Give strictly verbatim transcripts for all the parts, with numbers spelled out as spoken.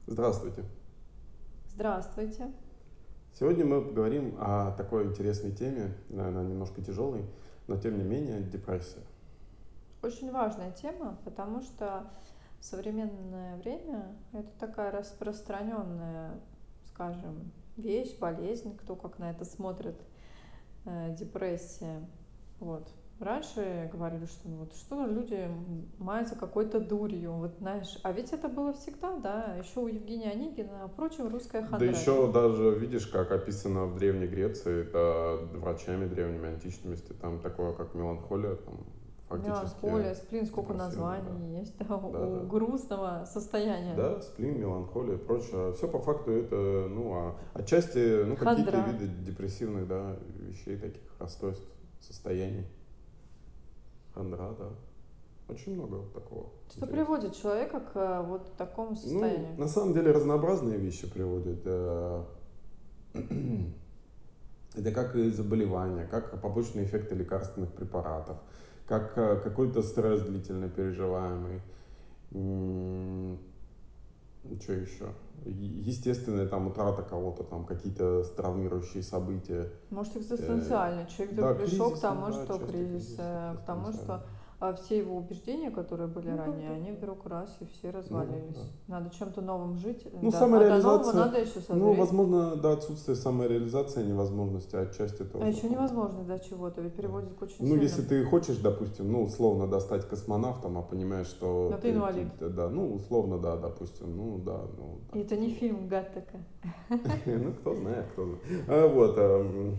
Здравствуйте. Здравствуйте. Сегодня мы поговорим о такой интересной теме, наверное, немножко тяжелой, но тем не менее депрессия. Очень важная тема, потому что в современное время это такая распространенная, скажем, вещь, болезнь, кто как на это смотрит, э, депрессия. Вот. Раньше говорили, что ну вот что люди м, маются какой-то дурью, вот знаешь, а ведь это было всегда, да, еще у Евгения Онегина, впрочем, русская Да хандра, да? еще даже видишь, как описано в Древней Греции, да, врачами древними античными, там такое, как меланхолия, там фактически Меланхолия, сплин, сколько депрессивная, да. названий есть, да, Да, у да. грустного состояния. Да, сплин, меланхолия и прочее. Все по факту это, ну, а, отчасти, ну, какие-то Хандра. виды депрессивных, да, вещей, таких расстройств, состояний. Хандра, да. Очень много вот такого Что интересного. приводит человека к э, вот такому Ну, состоянию? на самом деле разнообразные вещи приводят. э, Это как и заболевания, как побочные эффекты лекарственных препаратов, как э, какой-то стресс длительно переживаемый. Что еще? Е- Естественная там утрата кого-то, там какие-то травмирующие события. Может, Э, экзистенциальный. Человек Да, вдруг пришел к кризис, ну тому, да, что отчасти кризис, кризис э, к тому, экзистенциальный. что а, все его убеждения, которые были Ну да, ранее, да, они да. вдруг раз и все Ну да, да. развалились. Надо чем-то новым жить, э, Ну, да. А до нового самореализация, надо еще ну, созреть. возможно, да, отсутствие самореализации, невозможности отчасти А тоже еще там. невозможно до чего-то, ведь Да. приводит к очень Ну, если сильным. ты хочешь, допустим, ну, условно, да, стать космонавтом, а понимаешь, Но что ты ты, ты- инвалид. ты- да, ну, условно, да, допустим, ну, да, ну, И так это не тяжело. фильм Гаттека. Ну, кто знает, кто знает. А, вот, ам,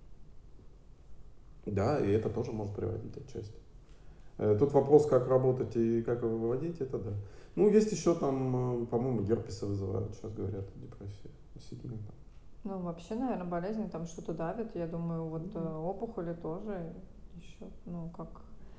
да, и это тоже может приводить отчасти. Э, Тут вопрос, как работать и как его выводить, это да. Ну, есть еще там, э, по-моему, герпесы вызывают, сейчас говорят, депрессии. Действительно, да. Ну, вообще, наверное, болезнь там что-то давит. Я думаю, вот э, Ну, опухоли тоже еще, ну, как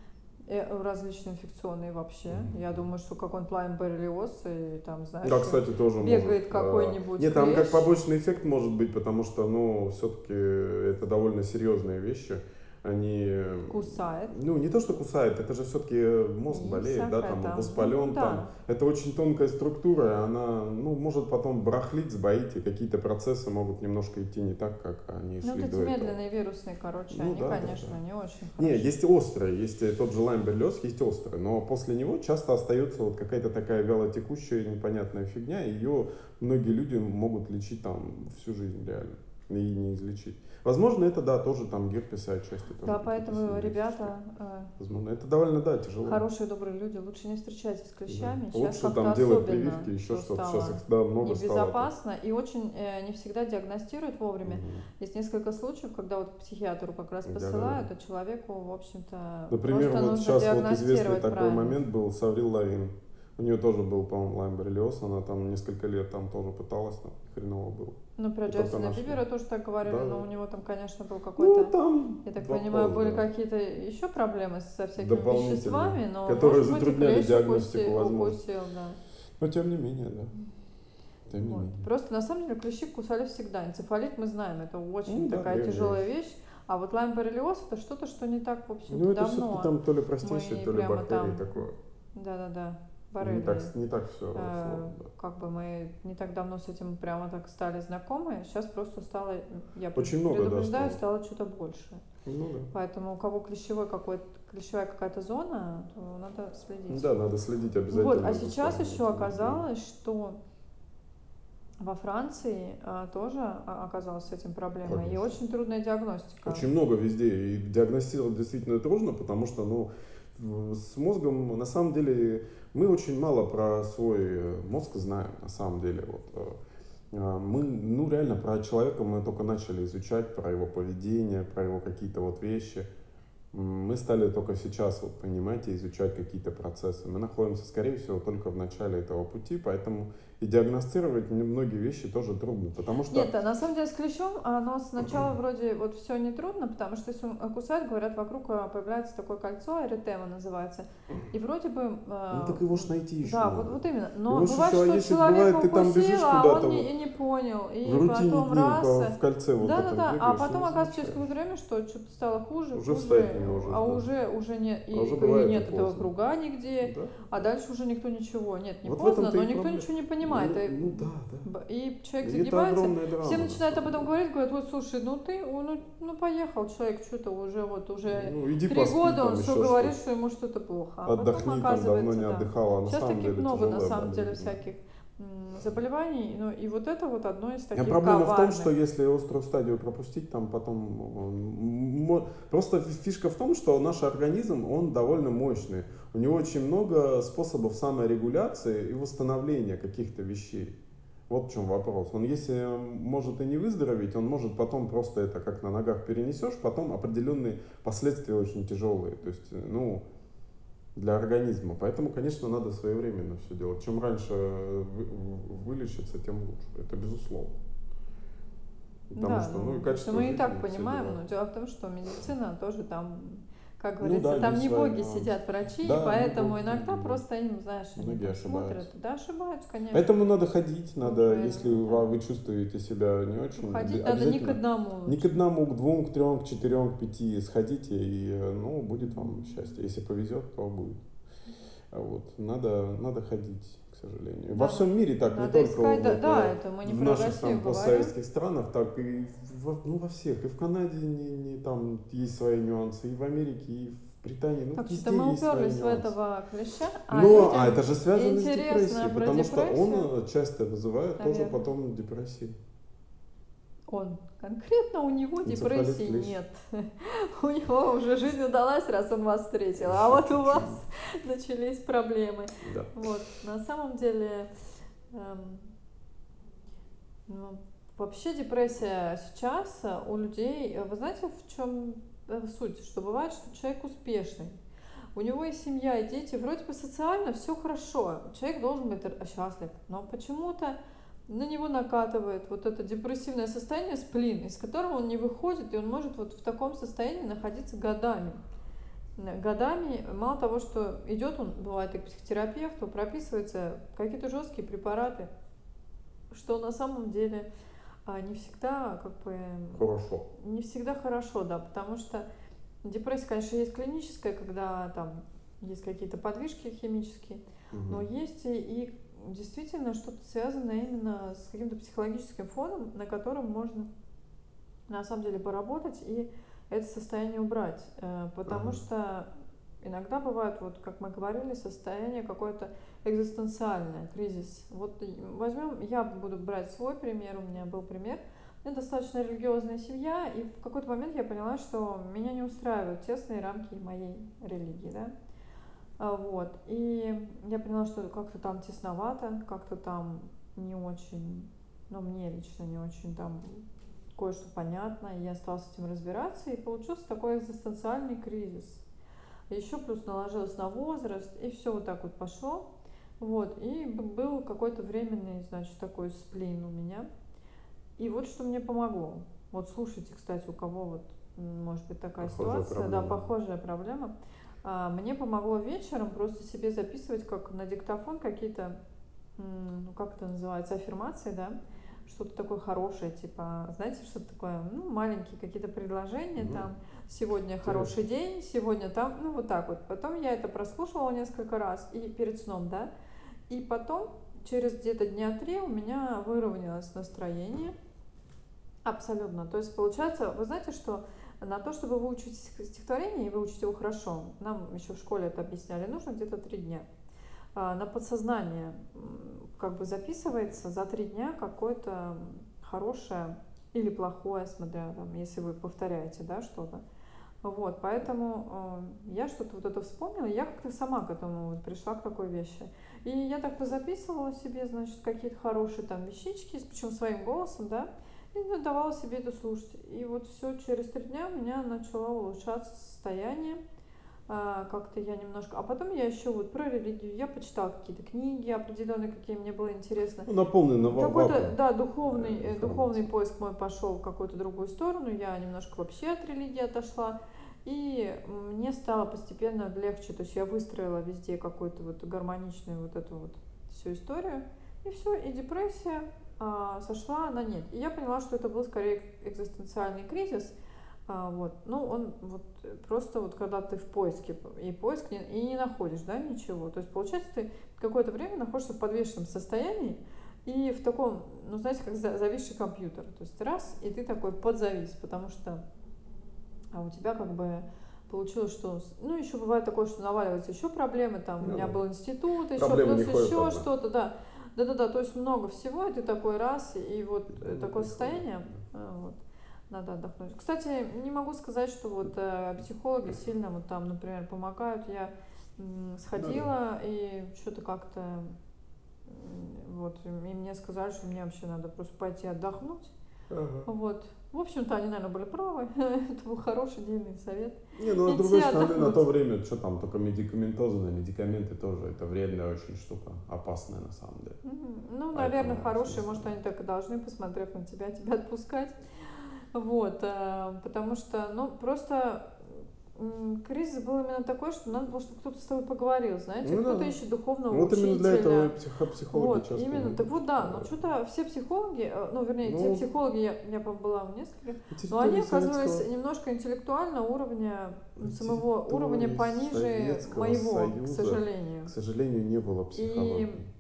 э, различные инфекционные вообще. Я да. думаю, что какой-нибудь лайм-боррелиоз, и там, Да, знаешь, кстати, тоже может. бегает э, какой-нибудь Нет, там как клещ. побочный эффект может быть, потому что, ну, все-таки это довольно серьезные вещи. Они, э, Кусает. ну, не то, что кусает, это же все-таки мозг И болеет, да, всякое там там. Ну воспален, там. да. Это очень тонкая структура, и она, ну, может потом барахлить, сбоить, и какие-то процессы могут немножко идти не так, как они Ну вот шли эти до этого. медленные вирусные, короче, Ну они, да, да, да. конечно, не очень Не, хороши. есть и острые, есть и тот же лаймберлез, есть острый, но после него часто остается вот какая-то такая вялотекущая непонятная фигня, и ее многие люди могут лечить там всю жизнь реально и не излечить. Возможно, это да, тоже там герпесы отчасти тоже Да, какие-то поэтому, сильные фишки. ребята, э, Возможно, это довольно, да, тяжело. хорошие, добрые люди, лучше не встречайтесь с Да. клещами. Сейчас Лучше как-то там делать прививки, особенно еще все что-то. Сейчас их, стало да, много стало так. небезопасно и очень э, не всегда диагностируют вовремя. Мгм. Есть несколько случаев, когда вот к психиатру как раз Да-да-да. посылают, а человеку, в общем-то, Например, просто вот нужно сейчас вот известный диагностировать такой правильно. момент был с Аврил Лавин. У нее тоже был, по-моему, лаймберлиоз, она там несколько лет там тоже пыталась, там хреново было. Ну, про И только Джастина нашли. Бибера тоже так говорили, Да, но да. у него там, конечно, был Ну, какой-то, там я так понимаю, вопрос, были да, какие-то еще проблемы со всякими дополнительные, веществами, но, которые может быть, и затрудняли клещ диагностику, укуси, возможно. укусил, да. Но тем не менее, да, тем не Вот. менее. Просто на самом деле клещи кусали всегда. Энцефалит мы знаем, это очень Ну да, такая древняя тяжелая вещь. вещь. А вот лаймборрелиоз это что-то, что не так, в Ну, общем-то, это все-таки давно. там то ли простейшие, Мы то ли прямо бактерии там, такое. да-да-да, Не так, боррелии. не так все Э, сложно, да. как бы мы не так давно с этим прямо так стали знакомы. Сейчас просто стало, я Очень много, да, предупреждаю, стало. стало что-то больше. Ну да. Поэтому у кого клещевой какой клещевая какая-то зона, то надо следить. Да, надо следить Вот, а обязательно за сейчас своим еще этим здоровьем. оказалось, что во Франции а, тоже а, оказалась с этим проблемой. И Конечно. очень трудная диагностика. Очень много везде. И диагностировать действительно трудно, потому что, ну, в- с мозгом, на самом деле, мы очень мало про свой э, мозг знаем, на самом деле. Вот, э, а, мы, ну, реально про человека мы только начали изучать, про его поведение, про его какие-то вот вещи. М, Мы стали только сейчас вот понимать и изучать какие-то процессы. Мы находимся, скорее всего, только в начале этого пути, поэтому и диагностировать мне многие вещи тоже трудно, потому что Нет, а на самом деле с клещом оно сначала вроде вот все не трудно, потому что если он кусает, говорят, вокруг а, появляется такое кольцо, эритема называется. И вроде бы, ну а, так его ж м, найти еще да, вот, надо. вот именно. Но Его ж бывает, еще, а что если человека бывает, ты там бежишь укусило, а куда-то он не, и вот не понял. в И рутине потом дней раз. по, в кольце вот этом Да-да-да. А бегаешь и потом не оказывается через замечаешь. какое-то время, что что-то стало хуже, Уже встать хуже. мы уже а знаем. уже, уже не, А и, уже и бывает и нет этого поздно. круга нигде, Да, а да. дальше уже никто ничего. Нет, не Вот в поздно, этом-то но и никто проблема. ничего не понимает. Ну, И, ну да, да. б- и человек И это загибается, огромная все драма на начинают об самом этом деле. говорить, говорят, вот слушай, ну ты, ну, ну поехал человек, что-то уже вот уже Ну, иди три поспи года он там все еще говорит, что-то. что ему что-то плохо, а потом Отдохни, там давно оказывается, не да. отдыхала. А на Сейчас самом таких деле много, на тяжелая самом деле, болезнь, да. всяких м, заболеваний, ну и вот это вот одно из А таких проблема в том, что коварных. если острую стадию пропустить, там потом... мо- Просто фишка в том, что наш организм, он довольно мощный. У него очень много способов саморегуляции и восстановления каких-то вещей. Вот в чем вопрос. Он если может и не выздороветь, он может потом просто это как на ногах перенесешь, потом определенные последствия очень тяжелые. То есть, ну, для организма. Поэтому, конечно, надо своевременно все делать. Чем раньше вы- вылечиться, тем лучше. Это безусловно. Потому Да, что, ну и ну, просто качество мы и жизни, так и все дела. понимаем, но дело в том, что медицина тоже там, как Ну говорится, да, там есть не свои боги нюансы. сидят врачи, и Да, не поэтому боги, иногда не боги. просто им, знаешь, они Многие там смотрят, ошибаются. да, ошибаются, конечно, Поэтому надо ходить, надо, если уже, вы, да. вы чувствуете себя не Ну, очень, ходить надо не к обязательно одному не к лучше. одному, к двум, к трем, к четырем, к пяти сходите, и ну, будет вам Мгм. счастье. Если повезет, то будет. А вот, надо, надо ходить, к сожалению. Во Да, всем надо, мире так, не надо только искать, да, вот да, э, это мы не в про наших Россию там говорим. постсоветских странах, так и во, ну, во всех. И в Канаде не, не, там есть свои нюансы, и в Америке, и в Британии, ну Так, что-то везде мы есть свои уперлись в нюансы. этого клеща, а Но, а это людям же связано с интересно депрессией, про потому что депрессию, он э, часто вызывает тоже наверное. потом депрессию. Он. Конкретно у него Энцефалит депрессии клещ. нет. У него уже жизнь удалась, раз он вас встретил. А Еще вот у вас чуть-чуть. начались проблемы. Да. Вот. На самом деле, эм, ну, вообще депрессия сейчас э, у людей, э, вы знаете, в чем суть? Что бывает, что человек успешный. У него и семья, и дети, вроде бы социально все хорошо. Человек должен быть р- счастлив. Но почему-то на него накатывает вот это депрессивное состояние, сплин, из которого он не выходит, и он может вот в таком состоянии находиться годами. Н- Годами, мало того, что идет он, бывает, и к психотерапевту, прописываются какие-то жесткие препараты, что на самом деле а, не всегда, как бы, Хорошо. не всегда хорошо, да, потому что депрессия, конечно, есть клиническая, когда там есть какие-то подвижки химические, но Мгм. есть и, и действительно что-то связанное именно с каким-то психологическим фоном, на котором можно на самом деле поработать и это состояние убрать. Э, Потому Ага. что иногда бывает, вот как мы говорили, состояние какое-то экзистенциальное, кризис. Вот и возьмем, я буду брать свой пример, у меня был пример. У меня достаточно религиозная семья, и в какой-то момент я поняла, что меня не устраивают тесные рамки моей религии, да. А, Вот. И я поняла, что как-то там тесновато, как-то там не очень, ну, мне лично не очень там кое-что понятно, и я стала с этим разбираться, и получился такой экзистенциальный кризис. Еще плюс наложилось на возраст, и все вот так вот пошло. Вот, и был какой-то временный, значит, такой сплин у меня. И вот что мне помогло. Вот слушайте, кстати, у кого вот может быть такая Похожая ситуация, да, проблема. похожая проблема. А, Мне помогло вечером просто себе записывать как на диктофон какие-то, ну как это называется, аффирмации, да, что-то такое хорошее, типа, знаете, что-то такое, ну, маленькие какие-то предложения, Угу. там, сегодня хороший Интересно. день, сегодня там, ну, вот так вот. Потом я это прослушивала несколько раз и перед сном, да, и потом через где-то дня три у меня выровнялось настроение. Абсолютно. То есть получается, вы знаете, что на то, чтобы выучить стихотворение и выучить его хорошо, нам еще в школе это объясняли, нужно где-то три дня. А, На подсознание как бы записывается за три дня какое-то хорошее или плохое, смотря там, если вы повторяете, да, что-то. Вот, поэтому э, я что-то вот это вспомнила, и я как-то сама к этому вот пришла, к такой вещи. И я так позаписывала себе, значит, какие-то хорошие там вещички, причем своим голосом, да, и ну, давала себе это слушать. И вот все, через три дня у меня начало улучшаться состояние, а, как-то я немножко... А потом я еще вот про религию, я почитала какие-то книги определенные, какие мне было интересно. Ну, наполнен М, Какой-то, вакуум да, духовный, э, э, духовный информации. поиск мой пошел в какую-то другую сторону, я немножко вообще от религии отошла, и мне стало постепенно легче, то есть я выстроила везде какую-то вот гармоничную вот эту вот всю историю, и все, и депрессия а, сошла на нет. И я поняла, что это был скорее экзистенциальный кризис, А, вот. Ну, он вот э, просто вот когда ты в поиске, п- и поиск, не- и не находишь, да, ничего. То есть, получается, ты какое-то время находишься в подвешенном состоянии, и в таком, ну, знаете, как за- зависший компьютер. То есть раз, и ты такой подзавис, потому что а у тебя как бы получилось, что... с- Ну, еще бывает такое, что наваливаются еще проблемы, там, у Ну меня да. был институт, еще Проблемы не плюс ходят еще одна. что-то, да. Да-да-да, то есть много всего, и ты такой раз, и вот э, Проблемы такое приходят. состояние, Да. э, вот, надо отдохнуть. Кстати, не могу сказать, что вот э, психологи сильно вот там, например, помогают. Я м, Да, да. сходила, и что-то как-то, м, вот, и мне сказали, что мне вообще надо просто пойти отдохнуть. Ага. Вот. В общем-то, они, наверное, были правы. Это был хороший, дельный совет. Не, ну а с Идти другой стороны, на то отдохнуть. время, что там, только медикаментозные медикаменты тоже, это вредная очень штука, опасная на самом деле. Мгм. Ну, наверное, Поэтому хорошие. смысла Может, нет. они так и должны, посмотрев на тебя, тебя отпускать. Вот. э, Потому что, ну, просто м, кризис был именно такой, что надо было, чтобы кто-то с тобой поговорил, знаете. Ну да, Кто-то да. ищет духовного Вот именно для этого и учителя. психо- психологи Вот, часто именно. Так могут. вот, да, но э, что-то все психологи, э, ну, вернее, те Ну, психологи, я, я по-моему, была у нескольких, на но они территории оказывались Советского, немножко интеллектуально уровня, на самого уровня территории пониже Советского моего, к Союза, к сожалению. сожалению, не было И психологии.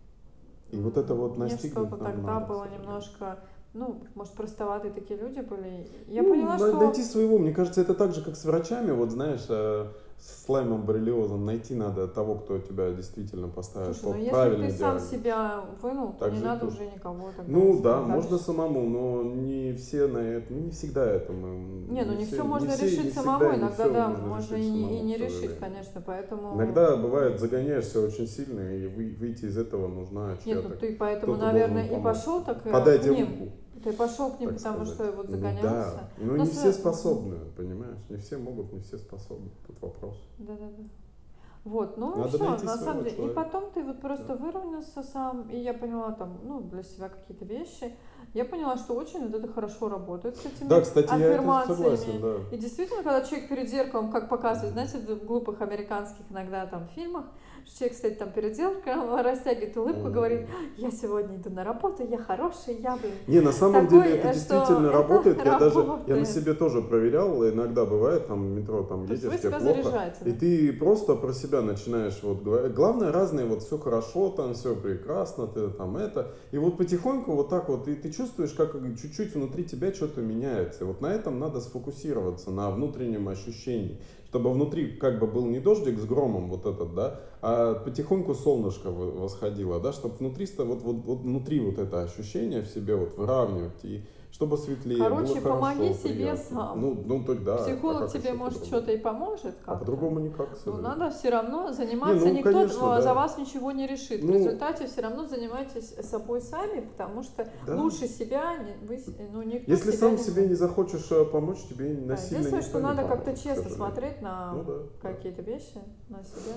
И вот это вот м, мне что-то настигнуть нам тогда надо, к было сожалению. немножко, ну, может, простоватые такие люди были. Я Ну, поняла, на- найти что, своего, мне кажется, это так же, как с врачами, вот знаешь, э, с слаймом, боррелиозом, найти надо того, кто тебя действительно поставит слушай, ну, по- если ты правильный сам диагноз. себя вынул, то Так не же и надо тут. уже никого тогда Ну да, искать можно дальше. самому, но не все на это, ну не всегда это мы, Не, ну не не все, все не можно все, решить не всегда самому, и не иногда, все да, можно можно решить и не, и самому, к не решить, сожалению. конечно, поэтому... Иногда бывает, загоняешься очень сильно, и вы- выйти из этого нужна Нет, ну чья-то, ты поэтому, кто-то должен наверное, и помочь. пошел так э, к Подать ним. руку, Ты пошел к ним, так потому сказать. что вот Ну да, загонялся. но Но не с... все Мгм. способны, понимаешь? Не все могут, не все способны. Тут вопрос. Да-да-да. Вот, ну и Надо все, найти на самом своего деле. И человека. потом ты вот Да. просто выровнялся сам, и я поняла там, ну, для себя какие-то вещи. Я поняла, что очень вот это хорошо работает с Да, этими кстати, я это согласен, аффирмациями. да. И действительно, когда человек перед зеркалом, как показывают, Мгм. знаете, в глупых американских иногда там фильмах, что человек стоит там перед зеркалом, растягивает улыбку, говорит: Мгм. я сегодня иду на работу, я хороший, я, блин, Не, на самом деле такой, это э, что действительно это работает. Я даже, я на работает. себе тоже проверял. Иногда бывает, там в метро там То есть вы едешь, тебе себя плохо, заряжаете, и да? ты просто про себя начинаешь вот говорить. Главное, разные, вот все хорошо, там все прекрасно, ты там это. И вот потихоньку вот так вот, и ты чувствуешь, как чуть-чуть внутри тебя что-то меняется. И вот на этом надо сфокусироваться, на внутреннем ощущении. Чтобы внутри как бы был не дождик с громом вот этот, да, а потихоньку солнышко восходило, да, чтобы внутри, вот, вот, вот внутри вот это ощущение в себе вот выравнивать, и чтобы светлее, было Короче, помоги хорошо, себе приятно. сам. Ну, ну тогда, а Психолог как тебе, еще может, что-то по-другому? и поможет А как-то, по-другому никак, к но сожалению. надо все равно Не, заниматься, ну, никто конечно, т- за да. вас ничего не решит. В Ну, результате все равно занимайтесь собой сами, потому что да. лучше себя не- вы, с- ну, никто Если себя сам не себе не знает. захочешь э, помочь, тебе Да, насильно единственное, что никто не надо как-то поможет, к честно сожалению. смотреть Ну на да, да. какие-то вещи, на себя,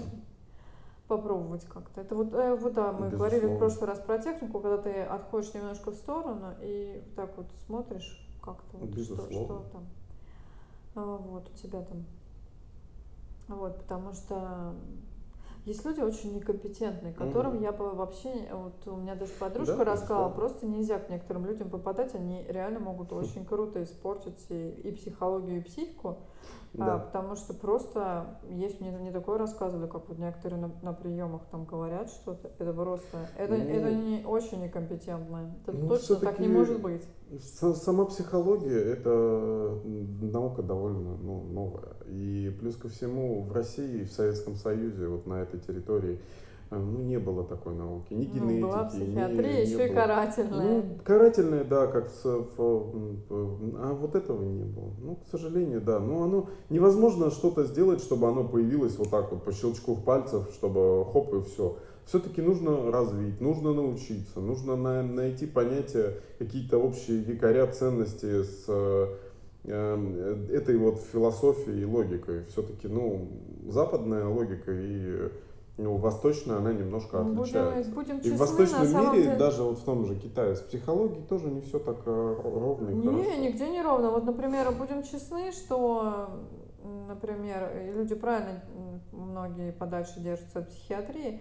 попробовать как-то. Это вот, э, вот да, мы говорили в Безусловно. прошлый раз про технику, когда ты отходишь немножко в сторону и вот так вот смотришь как-то вот что, Безусловно. что там, а, вот у тебя там. Вот, потому что есть люди очень некомпетентные, которым Мгм. я бы вообще, вот у меня даже Да, подружка рассказала, безусловно. просто нельзя к некоторым людям попадать, они реально могут очень круто испортить и, и психологию, и психику, а, Да. потому что просто есть, мне не такое рассказывали, как вот некоторые на, на приемах там говорят что-то, это просто, это, это Ну, не очень некомпетентно, это ну точно так не может все-таки быть. С- Сама психология — это наука довольно, ну, новая. И плюс ко всему в России, в Советском Союзе, вот на этой территории, э, ну, не было такой науки. Ни Ну, была генетики, ни, психиатрия, не еще и было. карательная. Ну, карательное, да, как в, с- в- в- а вот этого не было. Ну, к сожалению, да. Но оно невозможно что-то сделать, чтобы оно появилось вот так вот по щелчку пальцев, чтобы хоп и все. Все-таки нужно развить, нужно научиться, нужно на- найти понятия, какие-то общие якоря ценности с э, э, этой вот философией и логикой. Все-таки, ну, западная логика и ну, восточная, она немножко Будем, отличается. будем И в честны, на восточном самом мире, деле. даже вот в том же Китае, с психологией тоже не все так э, ровно и Не, хорошо. нигде не ровно. Вот, например, будем честны, что, м, например, и люди правильно м, многие подальше держатся от психиатрии,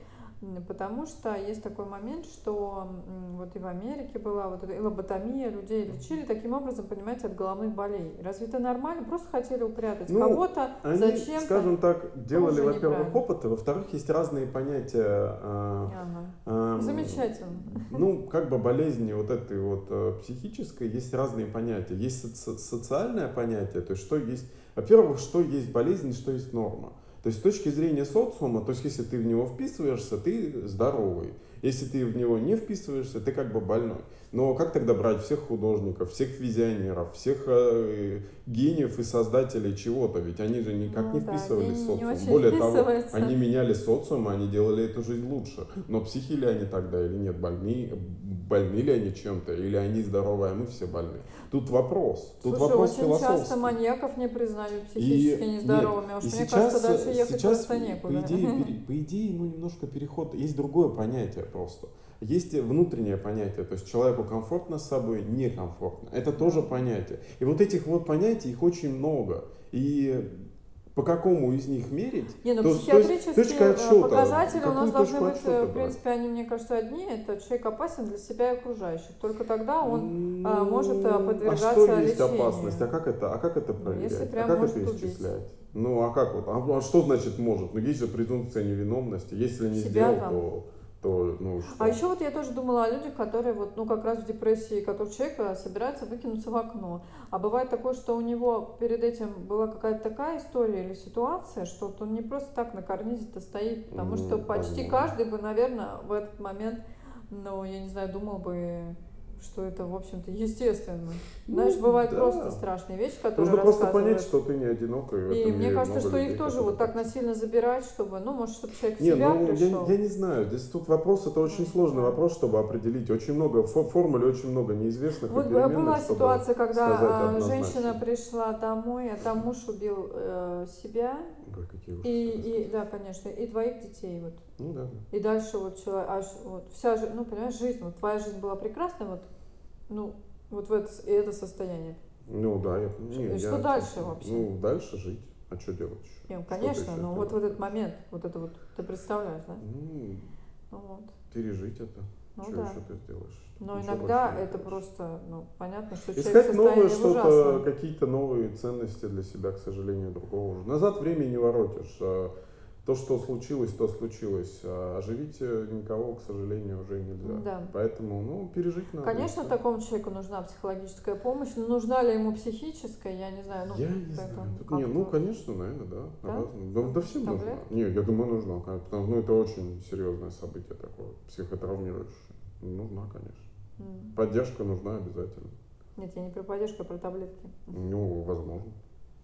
Потому что есть такой момент, что вот и в Америке была вот эта лоботомия, людей лечили таким образом, понимаете, от головных болей. Разве это нормально? Просто хотели упрятать Ну, кого-то они, зачем-то, скажем так, делали, тоже во-первых, неправильно. опыты, во-вторых, есть разные понятия, а, Ага. ам, Замечательно. ну, как бы болезни вот этой вот э, психической, есть разные понятия. Есть соци- социальное понятие, то есть что есть, во-первых, что есть болезнь, что есть норма. То есть с точки зрения социума, то есть если ты в него вписываешься, ты здоровый. Если ты в него не вписываешься, ты как бы больной. Но как тогда брать всех художников, всех визионеров, всех э, гениев и создателей чего-то? Ведь они же никак Ну не да, вписывались в гений не социум. очень Более того, вписывается. они меняли социум, они делали эту жизнь лучше. Но психи ли они тогда или нет? Больны, больны ли они чем-то? Или они здоровы, а мы все больны? Тут вопрос. Тут Слушай, вопрос очень часто философский. маньяков не признают психически И нет, нездоровыми. и Уж мне кажется, сейчас, дальше э, ехать сейчас просто по некуда. идее, пере- по идее, ну, немножко переход, есть другое понятие просто. Есть внутреннее понятие, то есть человеку комфортно с собой, некомфортно. Это тоже Ага. понятие. И вот этих вот понятий, их очень много. И по какому из них мерить, Не, ну то, то есть точка психиатрические э, отсчета, показатели у нас какую должны точку быть, э, отсчета в брать? принципе, они, мне кажется, одни. Это человек опасен для себя и окружающих. Только тогда он э, может э, Ну, а что подвергаться есть опасность? А лечению. как это, а как это Ну, если проверять? А прям как это может убить исчислять? Ну, а как вот? А, а что значит может? Ну, есть же презумпция невиновности. Если не себя сделал, там. то, то ну и А что? еще вот я тоже думала о людях, которые вот, ну, как раз в депрессии, который человек э, собирается выкинуться в окно. А бывает такое, что у него перед этим была какая-то такая история или ситуация, что вот он не просто так на карнизе-то стоит, потому что М, почти Возможно. каждый бы, наверное, в этот момент, ну, я не знаю, думал бы, что это, в общем-то, естественно. Знаешь, Ну, бывают просто да. страшные вещи, которые Нужно просто понять, рассказывают. что ты не одинок, и в И этом мне мире кажется, много что их людей, тоже которые вот так так же. насильно забирать, чтобы, ну, может, чтобы человек в Не, себя ну я, я пришел. не знаю. Здесь тут вопрос, это Ну, очень не сложный знаю. вопрос, чтобы определить. Очень много в формуле, очень много неизвестных и Вот б- переменных, была чтобы ситуация, сказать когда а, женщина однозначно. пришла домой, а там муж убил э, себя Ой, какие ужасы и, и, рассказывать. да, конечно, и двоих детей вот. Ну да, да. И дальше вот человек, аж вот вся жизнь, ну понимаешь, жизнь, вот твоя жизнь была прекрасна, вот, ну вот в это, с- и это состояние. Ну да, я, Ш- не, и Что я дальше чувствую. вообще? Ну, дальше жить. А что делать еще? Не, ну, Что ты конечно, еще но вот в сделать этот хочешь? момент, вот это вот, ты представляешь, да? Ну, Ну вот, пережить это. ну Что да. еще ты сделаешь? Тут Но ничего больше иногда не это сделаешь. просто, ну, понятно, что человек в Искать новое состоянии что-то, ужасном. какие-то новые ценности для себя, к сожалению, другого уже. Назад времени не воротишь. А то, что случилось, то случилось. А оживить э, никого, к сожалению, уже нельзя. Да. Поэтому, ну, пережить надо и Конечно, все. такому человеку нужна психологическая помощь, но нужна ли ему психическая, я не знаю, ну, Я не знаю. поэтому Тут не, ну, как-то, конечно, наверное, да. да, Разным. Да, да там всем нужна. таблетки. Не, я думаю, нужна. кон- Потому что ну, это очень серьезное событие такое, психотравмирующее. Нужна, конечно. М. Поддержка нужна обязательно. Нет, я не про поддержку, а про таблетки. Ну, возможно.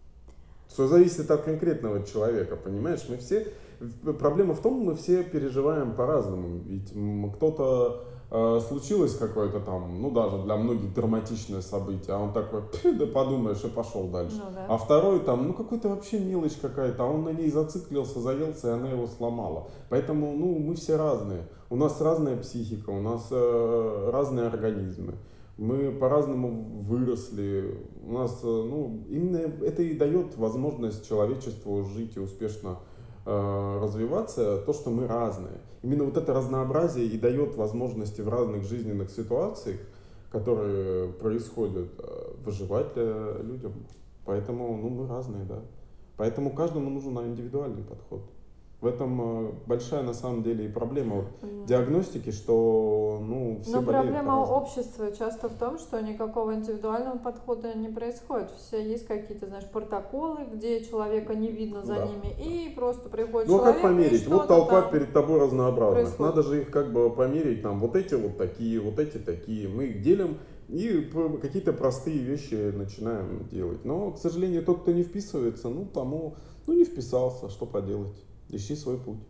Все зависит от конкретного человека, понимаешь? Мы все... Проблема в том, мы все переживаем по-разному. Ведь м, кто-то э, случилось какое-то там, ну даже для многих драматичное событие, а он такой, «Пф, да подумаешь, и пошел дальше. Ну да. А второй там, ну какой-то вообще мелочь какая-то, а он на ней зациклился, заелся, и она его сломала. Поэтому, ну, мы все разные. У нас разная психика, у нас э, разные организмы. Мы по-разному выросли. У нас, э, ну, именно это и дает возможность человечеству жить и успешно э, развиваться, то, что мы разные. Именно вот это разнообразие и дает возможности в разных жизненных ситуациях, которые происходят, э, выживать э, людям. Поэтому, ну, мы разные, да. Поэтому каждому нужен индивидуальный подход. В этом э, большая на самом деле и проблема вот М. диагностики, что ну, все Но болеют проблема по-разному. общества часто в том, что никакого индивидуального подхода не происходит. Все есть какие-то, знаешь, протоколы, где человека не видно за Да, ними, да. и просто приходит Ну а как человек, и померить? Вот что-то толпа там перед тобой разнообразных. происходит. Надо же их как бы померить. Там вот эти вот такие, вот эти такие. Мы их делим и п- какие-то простые вещи начинаем делать. Но, к сожалению, тот, кто не вписывается, ну тому, ну не вписался, что поделать. Ищи свой путь.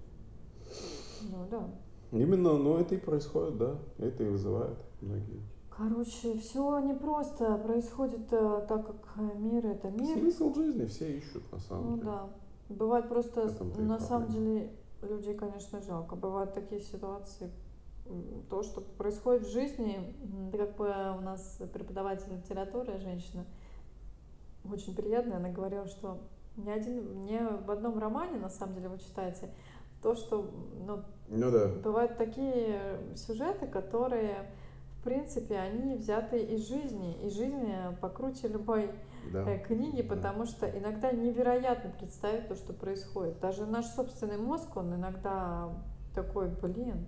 Ну да. Именно, ну это и происходит, да. Это и вызывает многие. Короче, все непросто происходит, э, так как э, мир это мир. Смысл жизни все ищут на самом Ну деле. да. Бывает В просто, этом-то и на самом проблема. деле, людей, конечно, жалко. Бывают такие ситуации, м, то, что происходит в жизни, м, да, как бы у нас преподаватель литературы, женщина, очень приятная, она говорила, что ни один, не в одном романе, на самом деле, вы читаете, то, что, ну, Ну да. Бывают такие сюжеты, которые, в принципе, они взяты из жизни, и жизнь э, покруче любой Да. э, книги, Да. потому что иногда невероятно представить то, что происходит. Даже наш собственный мозг, он иногда такой, блин,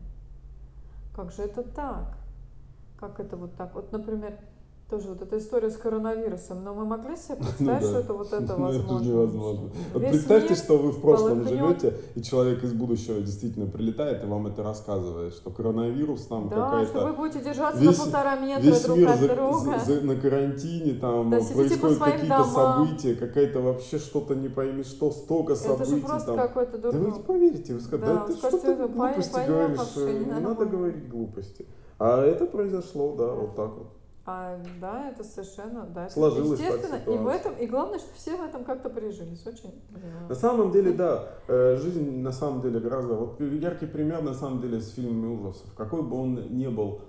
как же это так? Как это вот так? Вот, например, тоже вот эта история с коронавирусом. Но мы могли себе Ну представить, что да, это вот это ну это же возможно вообще? невозможно. Вот Весь представьте, мир что вы в прошлом полыхнет. живете, и человек из будущего действительно прилетает и вам это рассказывает, что коронавирус там Да, что вы какая-то... будете держаться на Весь, полтора метра весь друг мир от за, за- друга. за- на карантине, Да, там сидите по происходят своим какие-то домам. события, какая-то вообще что-то не пойми что, столько Это же событий просто там. какой-то Да вы не дурдом. поверите, вы скажете, да Да, вы это что скажете, ты это по- глупости говоришь, поехавший, э, не надо ненормальный. говорить глупости. А это произошло, да, вот Да. так вот. А, да, это совершенно, да, это Сложилась так естественно. И в ситуация. этом, и главное, что все в этом как-то прижились. Очень На мило. самом деле, да, э, жизнь на самом деле гораздо... Вот яркий пример на самом деле с фильмами ужасов. Какой бы он ни был,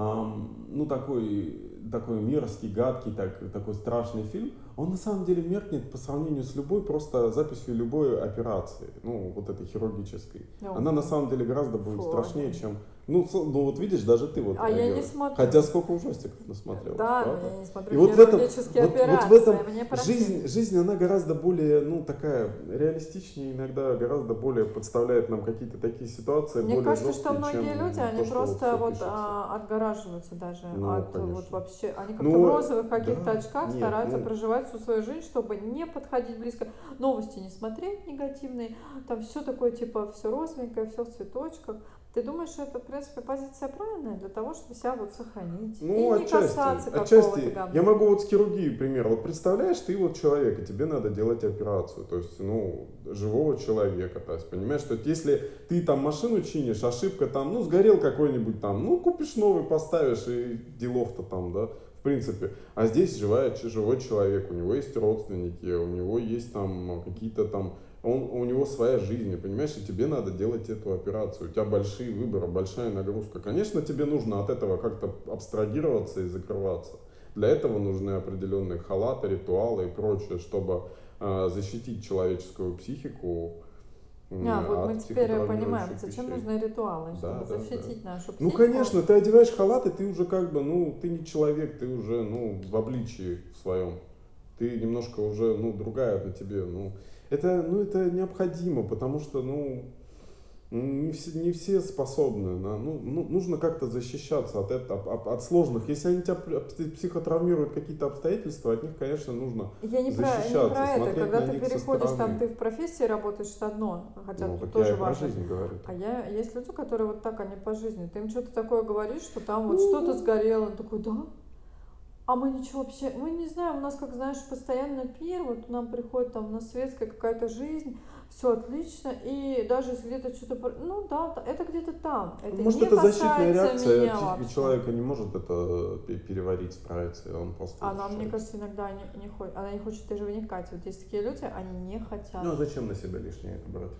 ам, ну такой, такой мерзкий, гадкий, так, такой страшный фильм, он на самом деле меркнет по сравнению с любой просто записью любой операции, ну вот этой хирургической. Она на Ой, самом деле гораздо будет фу, страшнее, Аня. чем... Ну, с- ну вот видишь, даже ты вот А я не реагируешь. Хотя смотрю. сколько ужастиков насмотрелась, Да, но правда? я не смотрю И вот в этом, хирургические вот, вот в операции, этом мне противно. жизнь, жизнь, она гораздо более, ну, такая реалистичнее, иногда гораздо более подставляет нам какие-то такие ситуации, Мне более кажется, что жесткие, многие люди, чем они то, что вот просто все вот пишется. а, отгораживаются даже Ну, от вот конечно. вообще, они как-то в Ну, розовых каких-то да, очках нет, стараются ну, проживать всю свою жизнь, чтобы не подходить близко, новости не смотреть негативные, там все такое типа все розовенькое, все в цветочках. Ты думаешь, это в принципе позиция правильная для того, чтобы себя вот сохранить и ну, не отчасти, касаться какого-то отчасти, я говна? могу вот с хирургией пример. Вот представляешь, ты вот человек, и тебе надо делать операцию, то есть, ну, живого человека, то есть, понимаешь, что если ты там машину чинишь, ошибка там, ну, сгорел какой-нибудь там, ну, купишь новый, поставишь, и делов-то там, да, в принципе. А здесь живая, живой человек, у него есть родственники, у него есть там какие-то там, он, у него своя жизнь, понимаешь, и тебе надо делать эту операцию. У тебя большие выборы, большая нагрузка. Конечно, тебе нужно от этого как-то абстрагироваться и закрываться. Для этого нужны определенные халаты, ритуалы и прочее, чтобы э, защитить человеческую психику А, э, вот мы от теперь понимаем, психотравмирующих зачем вещей. нужны ритуалы, Да, чтобы да, да. защитить нашу Ну, психику. конечно, ты одеваешь халат, и ты уже как бы, ну, ты не человек, ты уже, ну, в обличии своем. Ты немножко уже, ну, другая на тебе, ну, это, ну, это необходимо, потому что, ну, не все, не все способны, на, ну, ну, нужно как-то защищаться от, этого, от, от сложных. Если они тебя психотравмируют какие-то обстоятельства, от них, конечно, нужно Я не про, не защищаться, про это. смотреть Когда на ты них со переходишь, там стороны. ты в профессии работаешь, это одно, хотя Ну, тут так я тоже и про важно. жизнь говорю-то. А я, есть люди, которые вот так, они по жизни. Ты им что-то такое говоришь, что там вот Ну, что-то да. сгорело. Он такой, да? А мы ничего вообще, мы не знаем, у нас, как знаешь, постоянно пир, вот нам приходит там, у нас светская какая-то жизнь, все отлично, и даже если где-то что-то, про- ну да, та- это где-то там, это Может, не это защитная касается реакция, меня психика вообще. человека не может это пе- переварить, справиться, и он просто Она, мне защищается. кажется, иногда не, не хочет, она не хочет даже вникать. Вот есть такие люди, они не Ну, хотят. а зачем на себя лишнее это брать?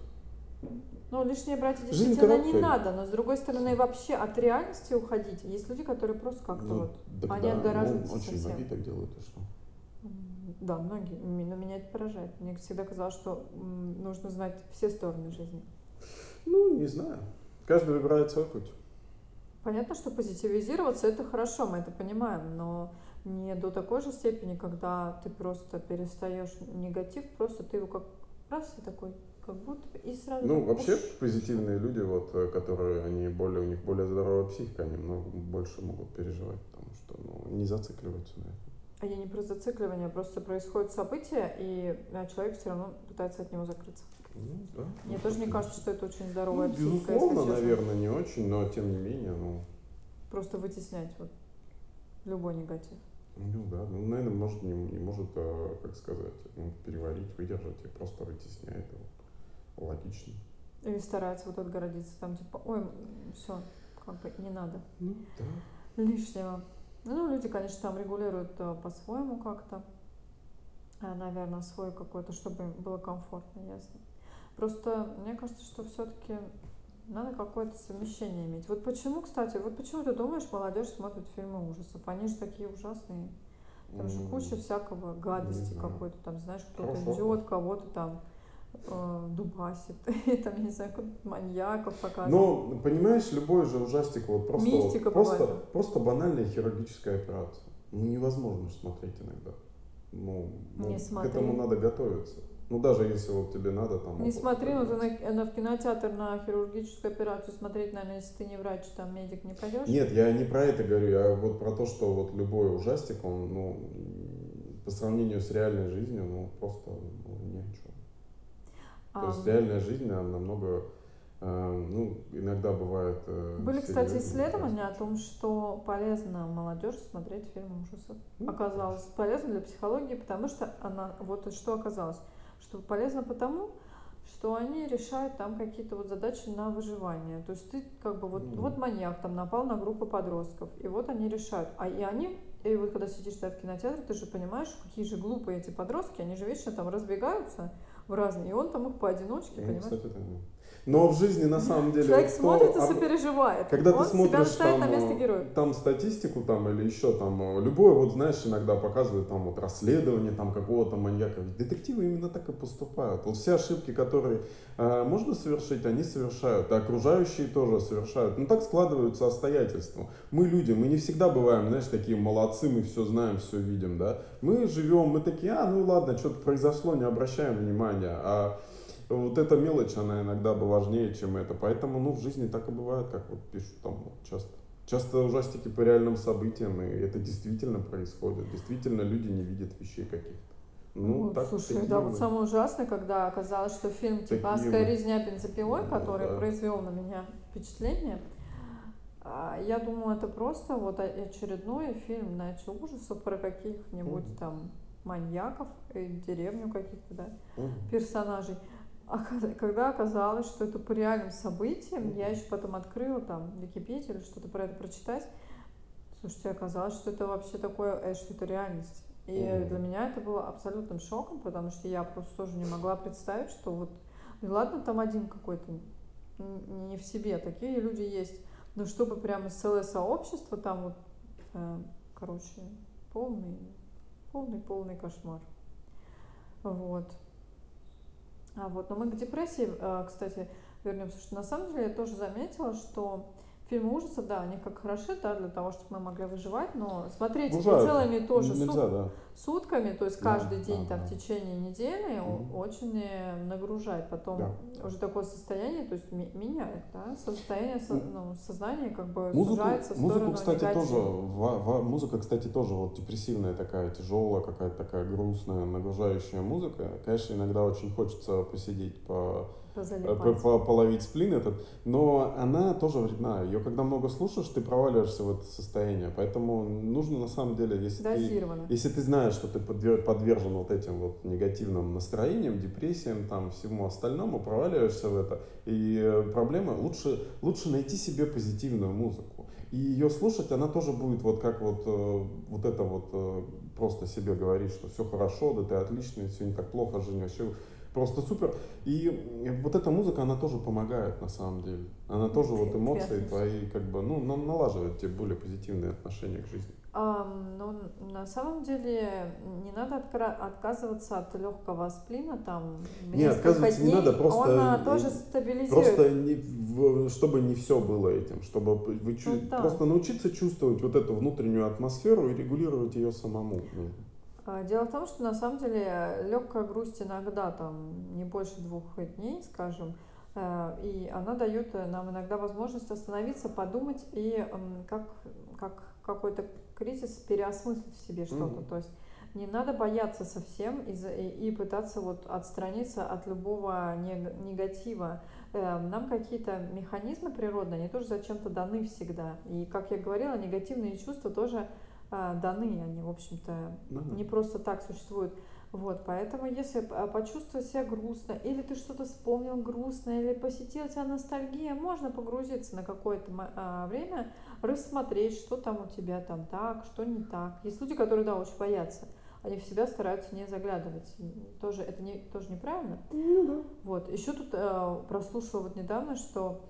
Ну, лишнее брать Жизнь действительно не короткая. надо, но с другой стороны, вообще от реальности уходить. Есть люди, которые просто как-то Ну, вот, так они да, ну, отгораживаются очень многие совсем. так делают, и что? М, Да, многие, М, но меня это поражает. Мне всегда казалось, что м, нужно знать все стороны жизни. Ну, не знаю. Каждый выбирает свой путь. Понятно, что позитивизироваться это хорошо, мы это понимаем, но не до такой же степени, когда ты просто перестаешь негатив, просто ты его как раз и такой, как будто бы, и сразу Ну, так вообще, уж ушел. позитивные люди, вот, э, которые, они более, у них более здоровая психика, они много больше могут переживать, потому что, ну, не зацикливаются на этом. А я не про зацикливание, просто происходит событие, и э, человек все равно пытается от него закрыться. Ну, да, Мне ну, тоже так не и кажется, нужно. что это очень Ну, здоровая психика, если безусловно, честно. наверное, не очень, но тем не менее, ну, Просто вытеснять вот любой негатив. ну да, ну, наверное, может, не, не может, э, как сказать, ну, переварить, выдержать и просто вытесняет его. Логично. Или старается вот отгородиться там, типа, ой, все, как бы не надо Ну, да. лишнего. Ну, люди, конечно, там регулируют э, по-своему как-то, а, наверное, свой какой-то, чтобы им было комфортно, ясно. Просто мне кажется, что все-таки надо какое-то совмещение иметь. Вот почему, кстати, вот почему ты думаешь, молодежь смотрит фильмы ужасов? Они же такие ужасные. Там же куча М, всякого Не гадости знаю. какой-то, там, знаешь, кто-то Хороший вопрос. бьет кого-то там, э, дубасит, и там, я не знаю, как маньяков показывают. Но, понимаешь, любой же ужастик, вот просто, Мистика вот, бывает просто, там. просто банальная хирургическая операция. Ну, невозможно ж смотреть иногда. Ну, Не ну, к этому смотри. надо готовиться. Ну, даже если вот тебе надо там Не опыт смотри, но ты поднять. на, на- в кинотеатр на хирургическую операцию смотреть, наверное, если ты не врач, там медик, не пойдешь. Нет, я не про это говорю, я вот про то, что вот любой ужастик, он, ну, по сравнению с реальной жизнью, ну, просто ну, ни о чем. То есть Ам, реальная жизнь, она намного, э, ну, иногда бывает э, Были, кстати, серьезнее, исследования ужаснее, о чем. том, что полезно молодежь смотреть фильмы ужасов. Ну, Оказалось, хорошо. полезно для психологии, потому что она, вот что оказалось, что полезно потому, что они решают там какие-то вот задачи на выживание. То есть ты как бы вот, Ну, вот маньяк там напал на группу подростков, и вот они решают. А и они, и вот когда сидишь да, в кинотеатре, ты же понимаешь, какие же глупые эти подростки, они же вечно там разбегаются в разные, и он там их поодиночке, ну, понимаешь? кстати, так. Да. Но в жизни на самом деле Человек вот смотрит и кто, сопереживает. когда ты Он себя смотришь ставит на там, место э, героя. там статистику там или еще там, э, любое, вот знаешь, иногда показывают там вот расследование там какого-то маньяка. Ведь детективы именно так и поступают. Вот все ошибки, которые э, можно совершить, они совершают. И окружающие тоже совершают. Ну так складываются обстоятельства. Мы люди, мы не всегда бываем, знаешь, такие молодцы, мы все знаем, все видим, да. Мы живем, мы такие, а, ну ладно, что-то произошло, не обращаем внимания. А вот эта мелочь, она иногда бы важнее, чем это. Поэтому, ну, в жизни так и бывает, как вот пишут там вот часто. Часто ужастики по реальным событиям, и это действительно происходит. Действительно люди не видят вещей каких-то. Ну, Вот, так, слушай, да, такие вот мы. самое ужасное, когда оказалось, что фильм Такие «Техасская мы. резня бензопилой», Ну, который да. произвел на меня впечатление, а, я думаю, это просто вот о- очередной фильм, знаете, ужасов про каких-нибудь Мгм. там маньяков и деревню каких-то, да, Мгм. персонажей. А когда когда оказалось, что это по реальным событиям, я Мгм. еще потом открыла там Википедию или что-то про это прочитать. Слушайте, оказалось, что это вообще такое, э, что это реальность. И для Мгм. меня это было абсолютным шоком, потому что я просто тоже не могла представить, что вот, ну ладно, там один какой-то н- не в себе, такие люди есть, но чтобы прямо целое сообщество там вот, э, короче, полный, полный, полный кошмар. Вот. А вот, но мы к депрессии, э, кстати, вернемся, что на самом деле я тоже заметила, что фильмы ужасов, да, они как хороши, да, для того, чтобы мы могли выживать, но смотреть и Бывает. целыми тоже Нельзя, сут, да. сутками, то есть Да, каждый да, день да, там в да. течение недели о- Мгм. очень э, нагружает. Да, Потом да. уже такое состояние, то есть ми- меняет, да, состояние, со- М, ну, сознание как бы Музыку, сужается в музыку, сторону кстати, тоже, негатива, ва- ва- музыка, кстати, тоже вот депрессивная такая, тяжелая, какая-то такая грустная, нагружающая музыка. Конечно, иногда очень хочется посидеть, по, э, по- позалипать. по- половить сплин этот, но она тоже вредна. Ее когда много слушаешь, ты проваливаешься в это состояние. Поэтому нужно на самом деле, если ты, Дозированно. если ты знаешь, что ты подвер- подвержен вот этим вот негативным настроениям, депрессиям, там, всему остальному, проваливаешься в это. И э, проблема, лучше, лучше найти себе позитивную музыку. И ее слушать, она тоже будет вот как вот, э, вот это вот э, просто себе говорить, что все хорошо, да ты отличный, все не так плохо, Женя, все просто супер. И вот эта музыка, она тоже помогает на самом деле. Она тоже вот эмоции Приятно. твои как бы, ну, на- налаживает тебе более позитивные отношения к жизни. Ам, ну, на самом деле не надо откра- отказываться от легкого сплина там Не, несколько отказываться не надо, дней. Он просто, а, э, тоже стабилизирует. просто не, в- чтобы не все было этим, чтобы вы Ну чу- да. просто научиться чувствовать вот эту внутреннюю атмосферу и регулировать ее самому. Ну, А, Дело в том, что на самом деле легкая грусть иногда там не больше двух дней, скажем, э, и она дает э, нам иногда возможность остановиться, подумать и м, как, как какой-то кризис переосмыслить в себе что-то. мгм, То есть не надо бояться совсем и, за- и, и пытаться вот отстраниться от любого нег- негатива. Э, Нам какие-то механизмы природные, они тоже зачем-то даны всегда. И, как я говорила, негативные чувства тоже а, даны, они, в общем-то, ну да. не просто так существуют. Вот, поэтому если п- почувствовать себя грустно, или ты что-то вспомнил грустное, или посетила тебя ностальгия, можно погрузиться на какое-то мо- а, время, рассмотреть, что там у тебя там так, что не так. Есть люди, которые, да, очень боятся, они в себя стараются не заглядывать. И тоже, это не, тоже неправильно. Ну да. Вот. Еще тут э, прослушала вот недавно, что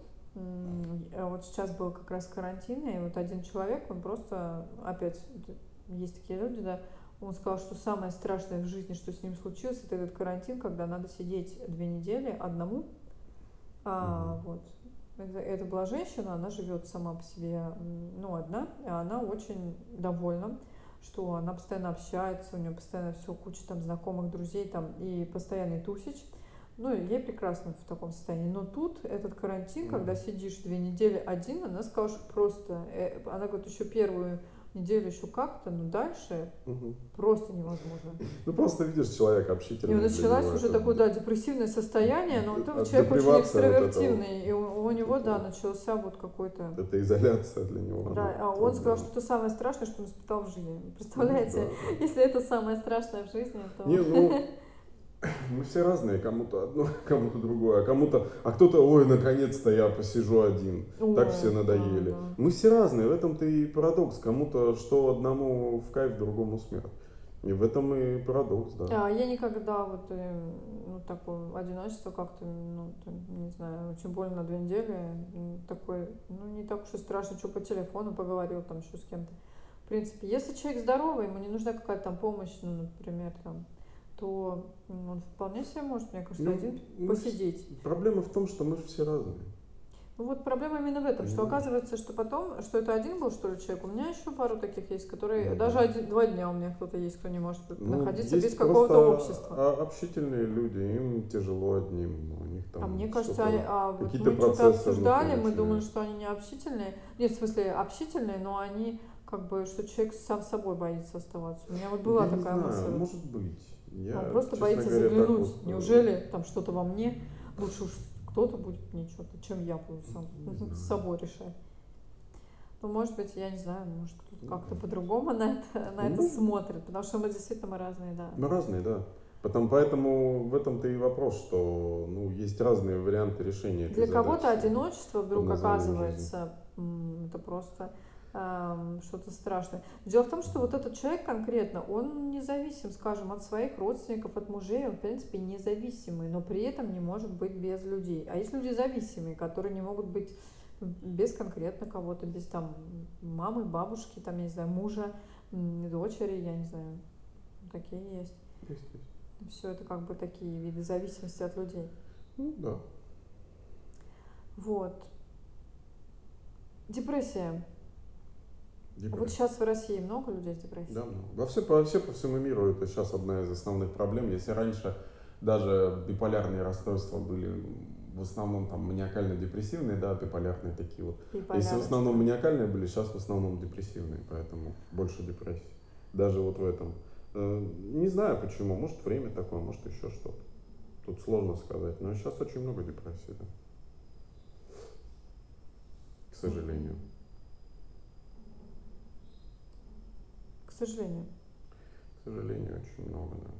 м, э, вот сейчас был как раз карантин, и вот один человек, он просто, опять, вот есть такие люди, да, Он сказал, что самое страшное в жизни, что с ним случилось, это этот карантин, когда надо сидеть две недели одному. А, Мгм. вот. Это, это была женщина, она живет сама по себе, ну, одна, и она очень довольна, что она постоянно общается, у нее постоянно все, куча там знакомых, друзей там и постоянный тусич. Ну, и ей прекрасно в таком состоянии. Но тут этот карантин, когда Мгм. сидишь две недели один, она сказала, что просто, э, она говорит, еще первую неделю еще как-то, но дальше Мгм. просто невозможно. Ну, просто видишь, человек И общительный, для началось него уже это такое, д- да, депрессивное состояние, но д- то а человек очень депривация вот это вот, экстравертивный, и у, у вот него, это да, вот, начался вот какой-то. эта изоляция для него, она Да, а он сказал, трудная. что это самое страшное, что он испытал в жизни. Ну, Представляете, да, да. если это самое страшное в жизни, то... Не, ну, мы все разные, кому-то одно, кому-то другое, а кому-то, а кто-то, ой, наконец-то я посижу один, так все О, да, надоели. да. Мы все разные, в этом-то и парадокс, кому-то что одному в кайф, другому смерть. И в этом и парадокс, да. А я никогда вот, э, ну, такое одиночество как-то, ну, там, не знаю, очень больно на две недели, м, такой, ну, не так уж и страшно, что по телефону поговорил там еще с кем-то. В принципе, если человек здоровый, ему не нужна какая-то там помощь, ну, например, там, то м, он вполне себе может, мне кажется, Ну, один мы посидеть. вс- проблема в том, что мы же все разные, Ну вот проблема именно в этом, что понимаешь? оказывается, что потом, что это один был, что ли, человек. У меня еще пару таких есть, которые, даже Мгм. один, два дня у меня кто-то есть, кто не может Ну, находиться без есть какого-то просто общества. а- общительные люди, им тяжело одним, у них А мне там кажется, а, что-то, а вот какие-то мы что-то процессы внутри обсуждали, мы думали, начинают. что они не общительные. Нет, в смысле, общительные, но они как бы, что человек сам собой боится оставаться. У меня вот была Я не такая знаю, мысль. Вот, может быть. он Я, просто честно боится говоря, так заглянуть. вот, э, Неужели там что-то во мне? Лучше уж кто-то будет мне что-то, чем я буду сам не с знаю. собой решать. Ну, может быть, я не знаю, может, кто-то Ну, как-то по-другому на это, на это ну, смотрит, потому что мы действительно мы разные, да. мы разные, да. Потом, поэтому в этом-то и вопрос, что ну, есть разные варианты решения этой Для кого-то задачи одиночество под вдруг названием жизнь. оказывается, м, это просто ам, что-то страшное. Дело в том, что Мгм. вот этот человек конкретно, он независим, скажем, от своих родственников, от мужей, он, в принципе, независимый, но при этом не может быть без людей. А есть люди зависимые, которые не могут быть без конкретно кого-то, без там мамы, бабушки, там, я не знаю, мужа, м, дочери, я не знаю, такие есть. Есть, есть. Все это как бы такие виды зависимости от людей. Ну, да. Вот. Депрессия. Вот Депрессия. сейчас в России много людей с депрессией? Да, много. Во все, по, вообще по всему миру это сейчас одна из основных проблем. Если раньше даже биполярные расстройства были в основном там маниакально-депрессивные, да, биполярные такие вот. Если в основном Биполярочка. маниакальные были, сейчас в основном депрессивные, поэтому больше депрессий. Даже вот в этом. Э, Не знаю почему, может время такое, может еще что-то. Тут сложно сказать, но сейчас очень много депрессий, да, к сожалению. М, К сожалению. К сожалению, очень много, да.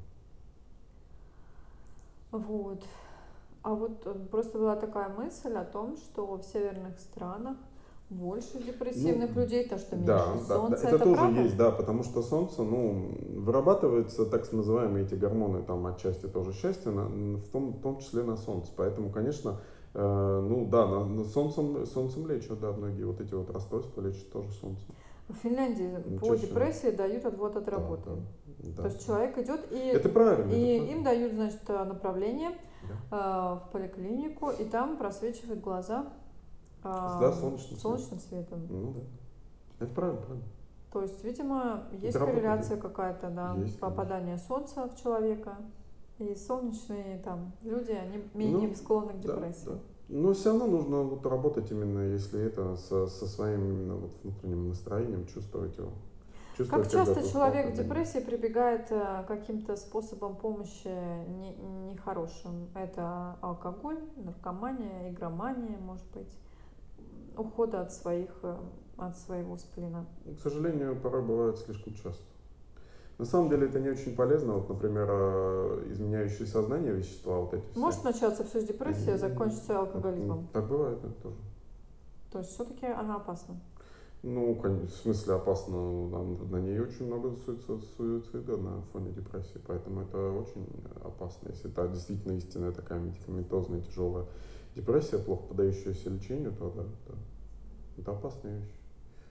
Вот. А вот э, просто была такая мысль о том, что в северных странах больше Ну, депрессивных людей, то что меньше да, да, да, солнца. это Это тоже правда? есть, да, потому что солнце, ну, вырабатывается, так называемые эти гормоны, там, отчасти тоже счастье, на- в том, в том числе на солнце. Поэтому, конечно, э, ну, да, на, на солнцем, солнцем лечат, да, многие вот эти вот расстройства лечат тоже солнцем. В Финляндии Ну, по чаще, депрессии дают отвод от да, да, работы. То да, есть да. человек идет и, Это правильно, это и им правильно, дают, значит, направление да. э, в поликлинику, и там просвечивают глаза Да, ам, солнечным светом. солнечным светом. Ну, да, да. Это правильно, правильно. То есть, видимо, Это есть работает, да. корреляция какая-то, да, Есть, конечно. попадание солнца в человека. И солнечные там люди, они менее Ну, склонны к да, да. депрессии. Но все равно нужно вот работать именно, если это со, со своим именно вот внутренним настроением, чувствовать его. Как Чувствовать, когда часто ты устал, человек в когда нет. депрессии прибегает э, к каким-то способам помощи не- нехорошим? Это алкоголь, наркомания, игромания, может быть, ухода от своих, э, от своего сплина. Ну, к сожалению, порой бывает слишком часто. На самом деле это не очень полезно. Вот, например, э, изменяющие сознание вещества, вот эти все, Может начаться все с депрессии, а они... закончиться м, алкоголизмом. Так бывает, да, тоже. То есть все-таки она опасна. Ну, кон- в смысле опасно, на, на ней очень много суицида, суицида на фоне депрессии, поэтому это очень опасно. Если это действительно истинная такая медикаментозная тяжелая депрессия, плохо поддающаяся лечению, то да, да, это опасная вещь.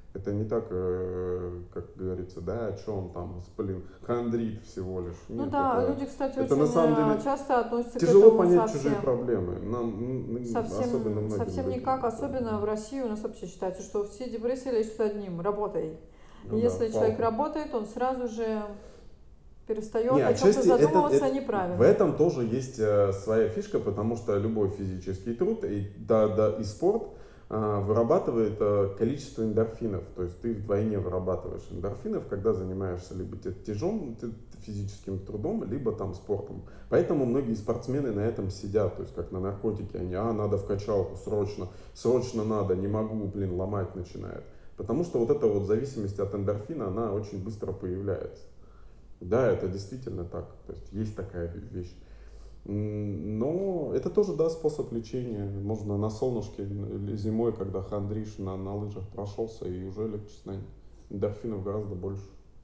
Это не так, э, как говорится, да, что он там, сплин, хандрит всего лишь. Ну Нет, да, это, люди, кстати, это на очень самом э, деле часто относятся к тяжело этому понять чужие совсем, проблемы. Нам, м, особенно совсем, многим совсем людям. никак, Это, особенно в России у нас вообще считается, что все депрессии лечат одним – работой. И ну да, если человек палка. работает, он сразу же Не, перестает о чем-то отчасти это, задумываться это, в неправильно. этом тоже есть э, своя фишка, потому что любой физический труд и, да, да, и спорт э, вырабатывает э, количество эндорфинов. То есть ты вдвойне вырабатываешь эндорфинов, когда занимаешься либо тяжелым физическим трудом, либо там спортом. Поэтому многие спортсмены на этом сидят, то есть как на наркотике. Они, а, надо в качалку, срочно, срочно надо, не могу, блин, ломать начинает. Потому что вот эта вот зависимость от эндорфина, она очень быстро появляется. Да, это действительно так. То есть есть такая вещь. Но это тоже, да, способ лечения. Можно на солнышке или зимой, когда хандришь, на, на лыжах прошелся, и уже легче станет. Эндорфинов гораздо больше.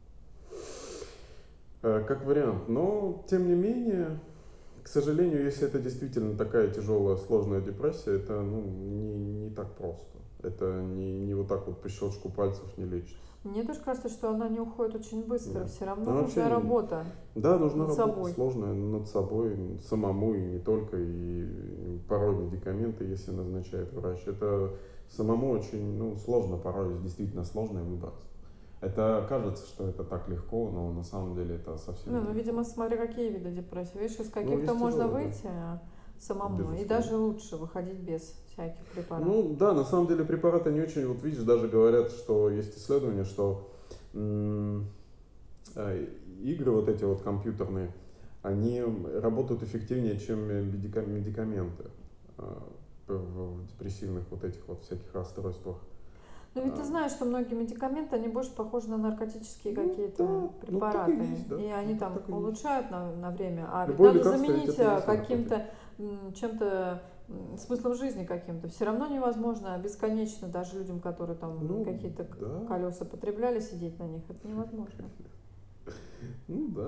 Э, Как вариант. Но, тем не менее, к сожалению, если это действительно такая тяжелая, сложная депрессия, это ну, не, не так просто. Это не, не вот так вот по щелчку пальцев не лечится. Мне тоже кажется, что она не уходит очень быстро. Нет. Все равно Ну, нужна вообще, работа да, нужна над работа собой. сложная над собой, самому и не только, и порой медикаменты, если назначает врач. Это самому очень ну, сложно, порой действительно сложно выбраться. Это кажется, что это так легко, но на самом деле это совсем Ну, не ну, легко. видимо, смотря какие виды депрессии. Видишь, из Ну, каких-то есть можно тяжелые, да, выйти а, самому, и безусловно. даже лучше выходить без всяких препаратов. Ну да, на самом деле препараты не очень, вот видишь, даже говорят, что есть исследования, что м, э, игры вот эти вот компьютерные, они работают эффективнее, чем медика- медикаменты э, в в депрессивных вот этих вот всяких расстройствах. Но ведь ты А, знаешь, что многие медикаменты, они больше похожи на наркотические Ну какие-то да, ну так и препараты. есть, да, И они это там так и есть. улучшают на, на время. А ведь Любое надо лекарство ведь заменить это и а, есть наркотик. каким-то м, чем-то м, смыслом жизни каким-то. Все равно невозможно бесконечно даже людям, которые там Ну какие-то к- да, колеса потребляли, сидеть на них. Это невозможно. ну да.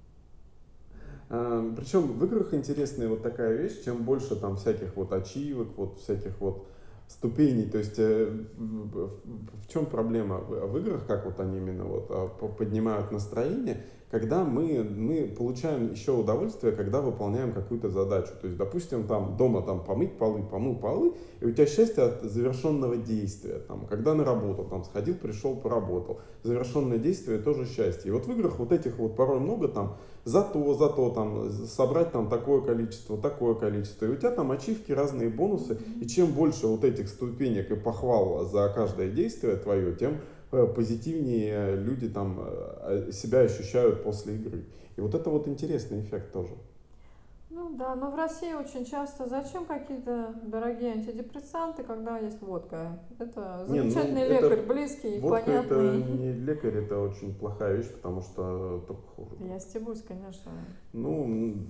А, причем в играх интересная вот такая вещь, чем больше там всяких вот ачивок, вот всяких вот ступеней, то есть э, в, в- в чем проблема в, в играх, как вот они именно вот а, по- поднимают настроение, когда мы, мы получаем еще удовольствие, когда выполняем какую-то задачу. То есть, допустим, там дома там помыть полы, помыл полы, и у тебя счастье от завершенного действия. Там, когда на работу там сходил, пришел, поработал. Завершенное действие тоже счастье. И вот в играх вот этих вот порой много там зато, зато там собрать там такое количество, такое количество. И у тебя там ачивки, разные бонусы. И чем больше вот этих ступенек и похвал за каждое действие твое, тем э, позитивнее люди там э, себя ощущают после игры. И вот это вот интересный эффект тоже. Ну да, но в России очень часто зачем какие-то дорогие антидепрессанты, когда есть водка? Это Не, ну замечательный лекарь, это близкий, водка это понятный. не лекарь, это очень плохая вещь, потому что только хуже Я будет. стебусь, конечно. Ну,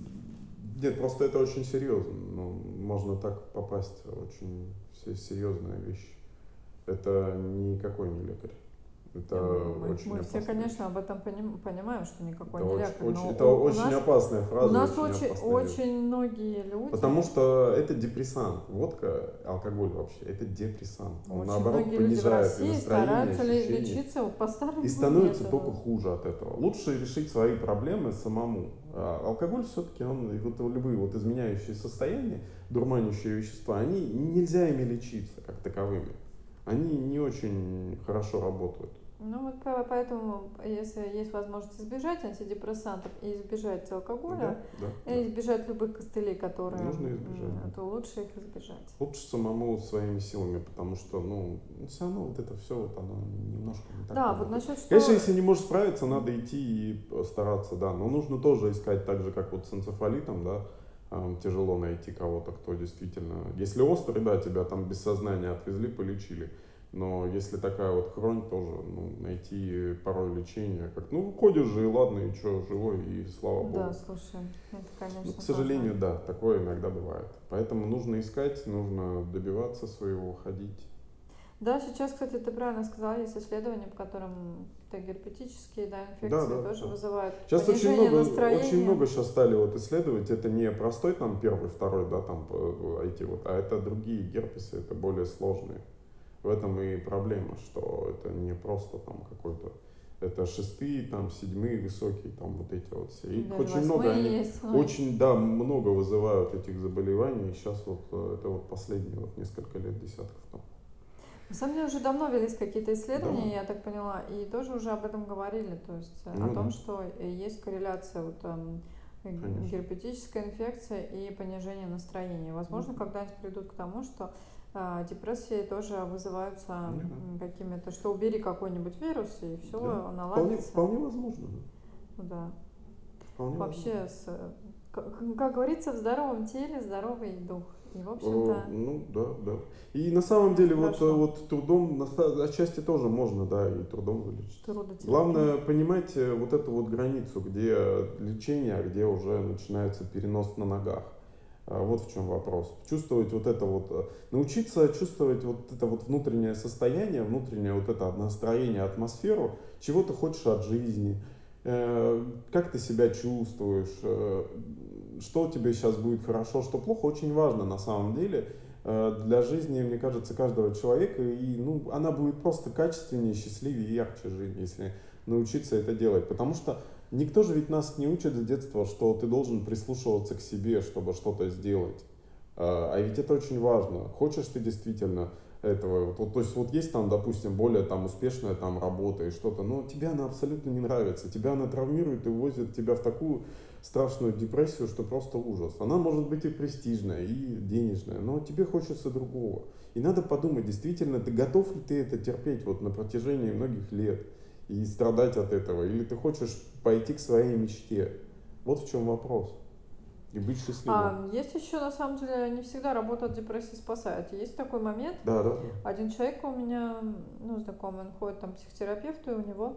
нет, просто это очень серьезно. Ну, можно так попасть, очень се- серьезная вещь. Это никакой не лекарь. Это Не, ну, мы, очень мы все, опасная конечно, вещь. об этом поним- понимаем, что никакой Это не очень, лекарь, очень, но это у, у очень нас, опасная у фраза, нас очень очень, опасная вещь. очень многие Потому люди, что это депрессант. Водка, алкоголь вообще, это депрессант. Он очень наоборот многие люди в понижает и России настроение, стараются ле- ощущения. лечиться вот по И старому становится только методу. хуже от этого. Лучше решить свои проблемы самому. А алкоголь все-таки, он, и вот любые вот изменяющие состояния, дурманящие вещества, они нельзя ими лечиться как таковыми. Они не очень хорошо работают. Ну вот по- поэтому, если есть возможность избежать антидепрессантов и избежать алкоголя, Да, да, да. и избежать любых костылей, которые, Нужно избежать, да. м, то лучше их избежать. Лучше самому своими силами, потому что, ну, все равно вот это все, вот оно немножко не так Да, вот работает. насчет Конечно, что... если не можешь справиться, надо идти и стараться, да. Но нужно тоже искать так же, как вот с энцефалитом, да, эм, тяжело найти кого-то, кто действительно... Если острый, да, тебя там без сознания отвезли, полечили. Но если такая вот хронь, тоже, ну, найти порой лечение, как, ну, ходишь же, и ладно, и что, живой, и слава Да, богу. слушай, это, Ну, к конечно, тоже... сожалению, да, такое иногда бывает. Поэтому нужно искать, нужно добиваться своего, ходить. Да, сейчас, кстати, ты правильно сказала, есть исследования, по которым какие-то герпетические, да, Да, инфекции да, тоже да. вызывают Сейчас очень понижение много, очень настроения. много сейчас стали вот исследовать. Это не простой там первый, второй, да, там э, эти вот, а это другие герпесы, это более сложные. В этом и проблема, что это не просто там какой-то, это шестые, там, седьмые, высокие, там, вот эти вот все. Их Даже очень много, восьмые они есть. Ой. очень, да, много вызывают этих заболеваний. И сейчас вот э, это вот последние вот несколько лет, десятков там. На самом деле уже давно велись какие-то Да, исследования, я так поняла, и тоже уже об этом говорили, то есть э, о ну том, да, что э, есть корреляция вот, эм, э, конечно. герпетическая инфекция и понижение настроения. Возможно, Мгм. когда-нибудь придут к тому, что э, депрессии тоже вызываются Ну да, м, какими-то, что убери какой-нибудь вирус и да. все Вполне, наладится. вполне возможно, да. Ну да. Вполне возможно. Вообще, с, э, как, как говорится, в здоровом теле здоровый дух. И, в Э, общем-то, Ну, да, да. И на самом это деле вот, э, хорошо. вот трудом, на ста- отчасти тоже можно, да, и трудом вылечиться. Трудотерапия. Главное понимать э, вот эту вот границу, где лечение, а где уже начинается перенос на ногах. А, Вот в чем вопрос. Чувствовать вот это вот, э, научиться чувствовать вот это вот внутреннее состояние, внутреннее вот это настроение, атмосферу, чего ты хочешь от жизни, э, как ты себя чувствуешь, э, что тебе сейчас будет хорошо, что плохо, очень важно на самом деле э, для жизни, мне кажется, каждого человека. И ну, она будет просто качественнее, счастливее и ярче жить, если научиться это делать. Потому что никто же ведь нас не учит с детства, что ты должен прислушиваться к себе, чтобы что-то сделать. А а ведь это очень важно. Хочешь ты действительно этого, вот, вот, то есть вот есть там, допустим, более там успешная там работа и что-то, но тебе она абсолютно не нравится, тебя она травмирует и ввозит тебя в такую страшную депрессию, что просто ужас. Она может быть и престижная, и денежная, но тебе хочется другого. И надо подумать, действительно, ты готов ли ты это терпеть вот на протяжении многих лет и страдать от этого, или ты хочешь пойти к своей мечте. Вот в чем вопрос. И быть счастливым. А есть еще, на самом деле, не всегда работа от депрессии спасает. Есть такой момент. Да, да, да. Один человек у меня, ну, знакомый, он ходит там к психотерапевту, и у него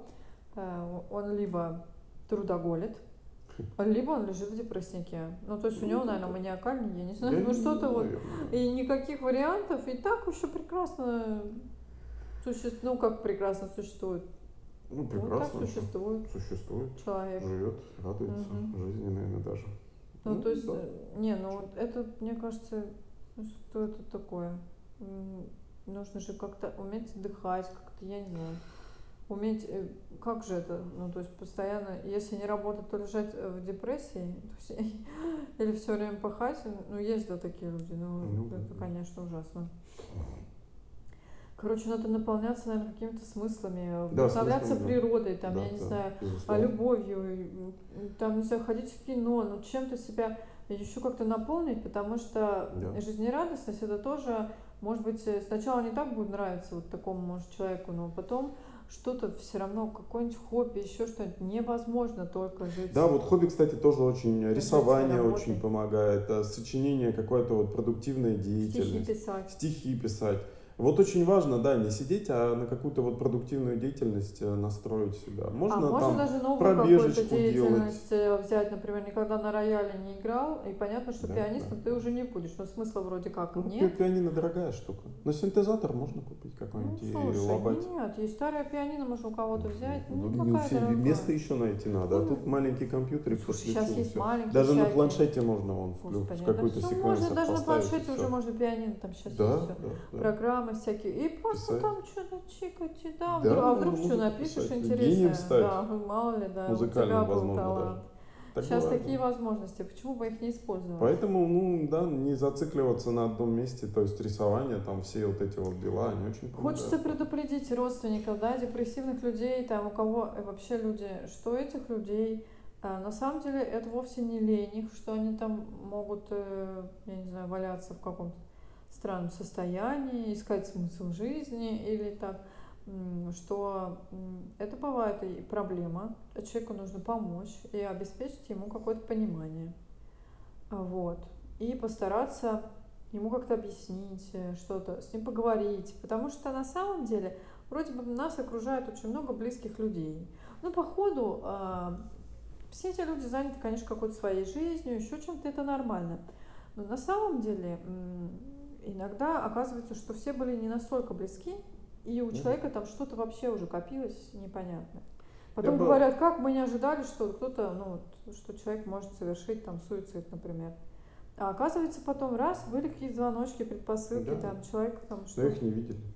э, он либо трудоголит, либо он лежит в депресснике. Ну, то есть у Ну, него, это, наверное, это, маниакальный, я не знаю, я ну не, что-то ну, вот. наверное, да. И никаких вариантов, и так еще прекрасно существует. Ну, как прекрасно существует. Ну, Вот так прекрасно, что существует существует, человек. живет, радуется Мгм. жизни, наверное, даже. Ну, то Ну, есть, да. э, не, ну Чё? вот это, мне кажется, ну что это такое? М, Нужно же как-то уметь отдыхать, как-то, я не знаю, уметь, э, как же это, ну, то есть постоянно, если не работать, то лежать э, в депрессии, то есть, или все время пахать, ну, есть, да, такие люди, ну, Ну, да, это, да. конечно, ужасно. Короче, надо наполняться, наверное, какими-то смыслами, Да, вдохновляться смыслами, да. природой, там, Да, я не да, знаю, а, безусловно. любовью, и, м, там, не знаю, ходить в кино, ну, чем-то себя еще как-то наполнить, потому что Да. жизнерадостность это тоже, может быть, э, сначала не так будет нравиться вот такому, может, человеку, но потом что-то все равно, какое-нибудь хобби, еще что-нибудь, невозможно только Да, жить, вот хобби, кстати, тоже очень, жить рисование очень работой, помогает, а, сочинение, какое-то вот продуктивная стихи деятельность, писать. стихи писать. Вот очень важно, да, не сидеть, а на какую-то вот продуктивную деятельность э, настроить себя. А Можно можно там даже новую какую-то пробежечку делать, деятельность э, взять, например, никогда на рояле не играл, и понятно, что да, да, пианистом ты да. уже не будешь, но смысла вроде как Ну, пи- нет. пианино дорогая штука. Но синтезатор можно купить Ну, какой-нибудь и слушай, лобать. нет, есть старая пианино, можно у кого-то взять, Ну, не не у такая всех место дорогая. еще найти надо, а Ну, тут маленький компьютерик слушай, сейчас подключил и есть все. маленькие Даже на всякие. планшете можно вон в, в Господи, да какой-то все можно, секвенсор даже на поставить и планшете уже все. можно пианино, там сейчас есть Да, все, да, да. программы всякие, и просто Писать. там что-то чикать, и да, Да, вдруг, а можно вдруг что музыку напишешь писать. Гением интересное, стать. да, мало ли, да, у тебя Музыкальным, был возможно, даже. талант. Так Сейчас бывает, да. такие возможности, почему бы их не использовать? Поэтому, ну, да, не зацикливаться на одном месте, то есть рисование, там все вот эти вот дела, они очень Хочется помогают тоже. предупредить родственников, да, депрессивных людей, там у кого э, вообще люди, что этих людей э, на самом деле это вовсе не лень их, что они там могут, э, я не знаю, валяться в каком-то странном состоянии, искать смысл жизни или так, м, что м, это бывает и проблема, а человеку нужно помочь и обеспечить ему какое-то понимание. А, Вот. И постараться ему как-то объяснить э, что-то, с ним поговорить. Потому что на самом деле вроде бы нас окружает очень много близких людей. Ну, походу, а, все эти люди заняты, конечно, какой-то своей жизнью, еще чем-то, это нормально. Но на самом деле м, иногда оказывается, что все были не настолько близки, и у Мгм. человека там что-то вообще уже копилось непонятное. Я Потом бы, говорят, как мы не ожидали, что кто-то, ну, вот, что человек может совершить там суицид, например. А оказывается, потом раз, были какие-то звоночки, предпосылки, да, там, человек там но что. их не видели.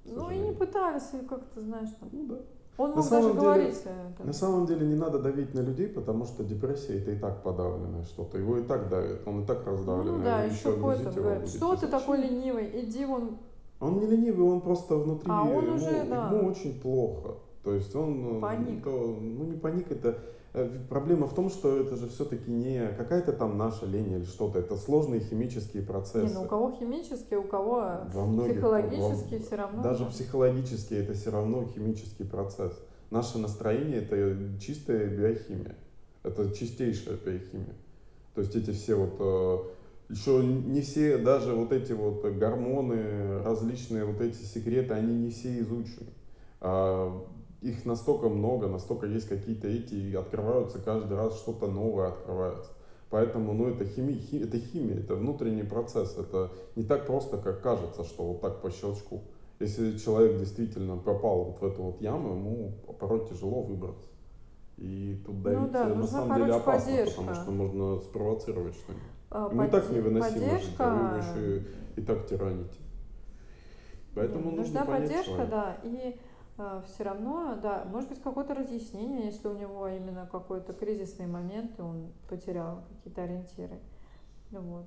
к Ну и не сожалению. пытались, и как-то, знаешь, там. Ну да. Он На мог даже самом деле, говорить это. на самом деле не надо давить на людей, потому что депрессия это и так подавленное что-то. Его и так давит, он и так Ну раздавленный, а да, вы еще еще ходит грузить там, его говорит, будете. что ты такой Зачем? ленивый, иди вон. Он не ленивый, он просто А внутри, он уже, ему, ему да, очень плохо. То есть он, э, паник. то, ну не паник, это э, проблема в том, что это же все-таки не какая-то там наша лень или что-то, это сложные химические Не, ну у процессы. кого химически, у кого Во многих, во- психологически все равно даже же. психологически это все равно химический процесс. Наше настроение это чистая биохимия, это чистейшая биохимия. То есть эти все вот э, еще не все, даже вот эти вот гормоны, различные вот эти секреты, они не все изучены. А, их настолько много, настолько есть какие-то эти, и открываются каждый раз, что-то новое открывается. Поэтому, ну, это химия, хи- это химия, это внутренний процесс. Это не так просто, как кажется, что вот так по щелчку. Если человек действительно попал вот в эту вот яму, ему порой тяжело выбраться. И тут Ну давить да, э, на нужна, самом деле короче, опасно, потому поддержка. что можно спровоцировать что-нибудь. А, Ему и так поде- невыносимо жить, а вы его Поддержка, еще и, и так тираните. не, Поэтому нужно нужна понять поддержка, человека. да, и все равно, да, может быть, какое-то разъяснение, если у него именно какой-то кризисный момент, и он потерял какие-то ориентиры. Вот.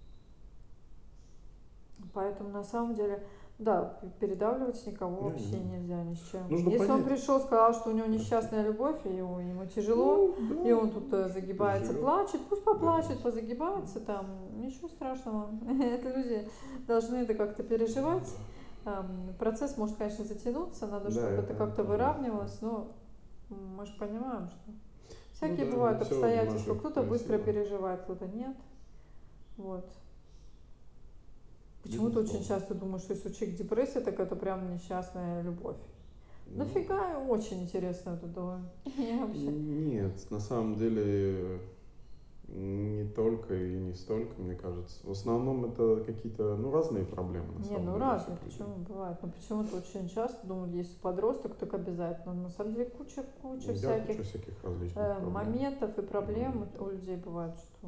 Поэтому на самом деле, да, п- передавливать никого Не, не вообще надо. нельзя ни с чем. Нужно Если он понять. пришел, сказал, что у него Простите. несчастная любовь, и ему, ему тяжело, Ну, и да, он тут э, что пусть загибается, живет. плачет, пусть Да, поплачет, позагибается, там, ничего страшного. Это люди должны это как-то переживать. Ам, Процесс может, конечно, затянуться, надо, да, чтобы это это как-то тоже. выравнивалось, но мы же понимаем, что Ну всякие да, не бывают все в обстоятельства, наших кто-то э, быстро силах, переживает, кто-то нет. Вот. Почему-то очень безусловно. часто думаю, что если у человека депрессия, так это прям несчастная любовь. Ну, Нафига? Очень интересно это думаю. Я вообще... нет, на самом деле не только и не столько, мне кажется. В основном это какие-то, ну, разные проблемы, на Не, самом ну деле, у разные, всех людей. почему бывает. Но почему-то очень часто думают, если подросток, так обязательно. Но на самом деле куча, куча Да, всяких куча всяких различных э, проблем. моментов и проблем Моменты. у людей бывает, что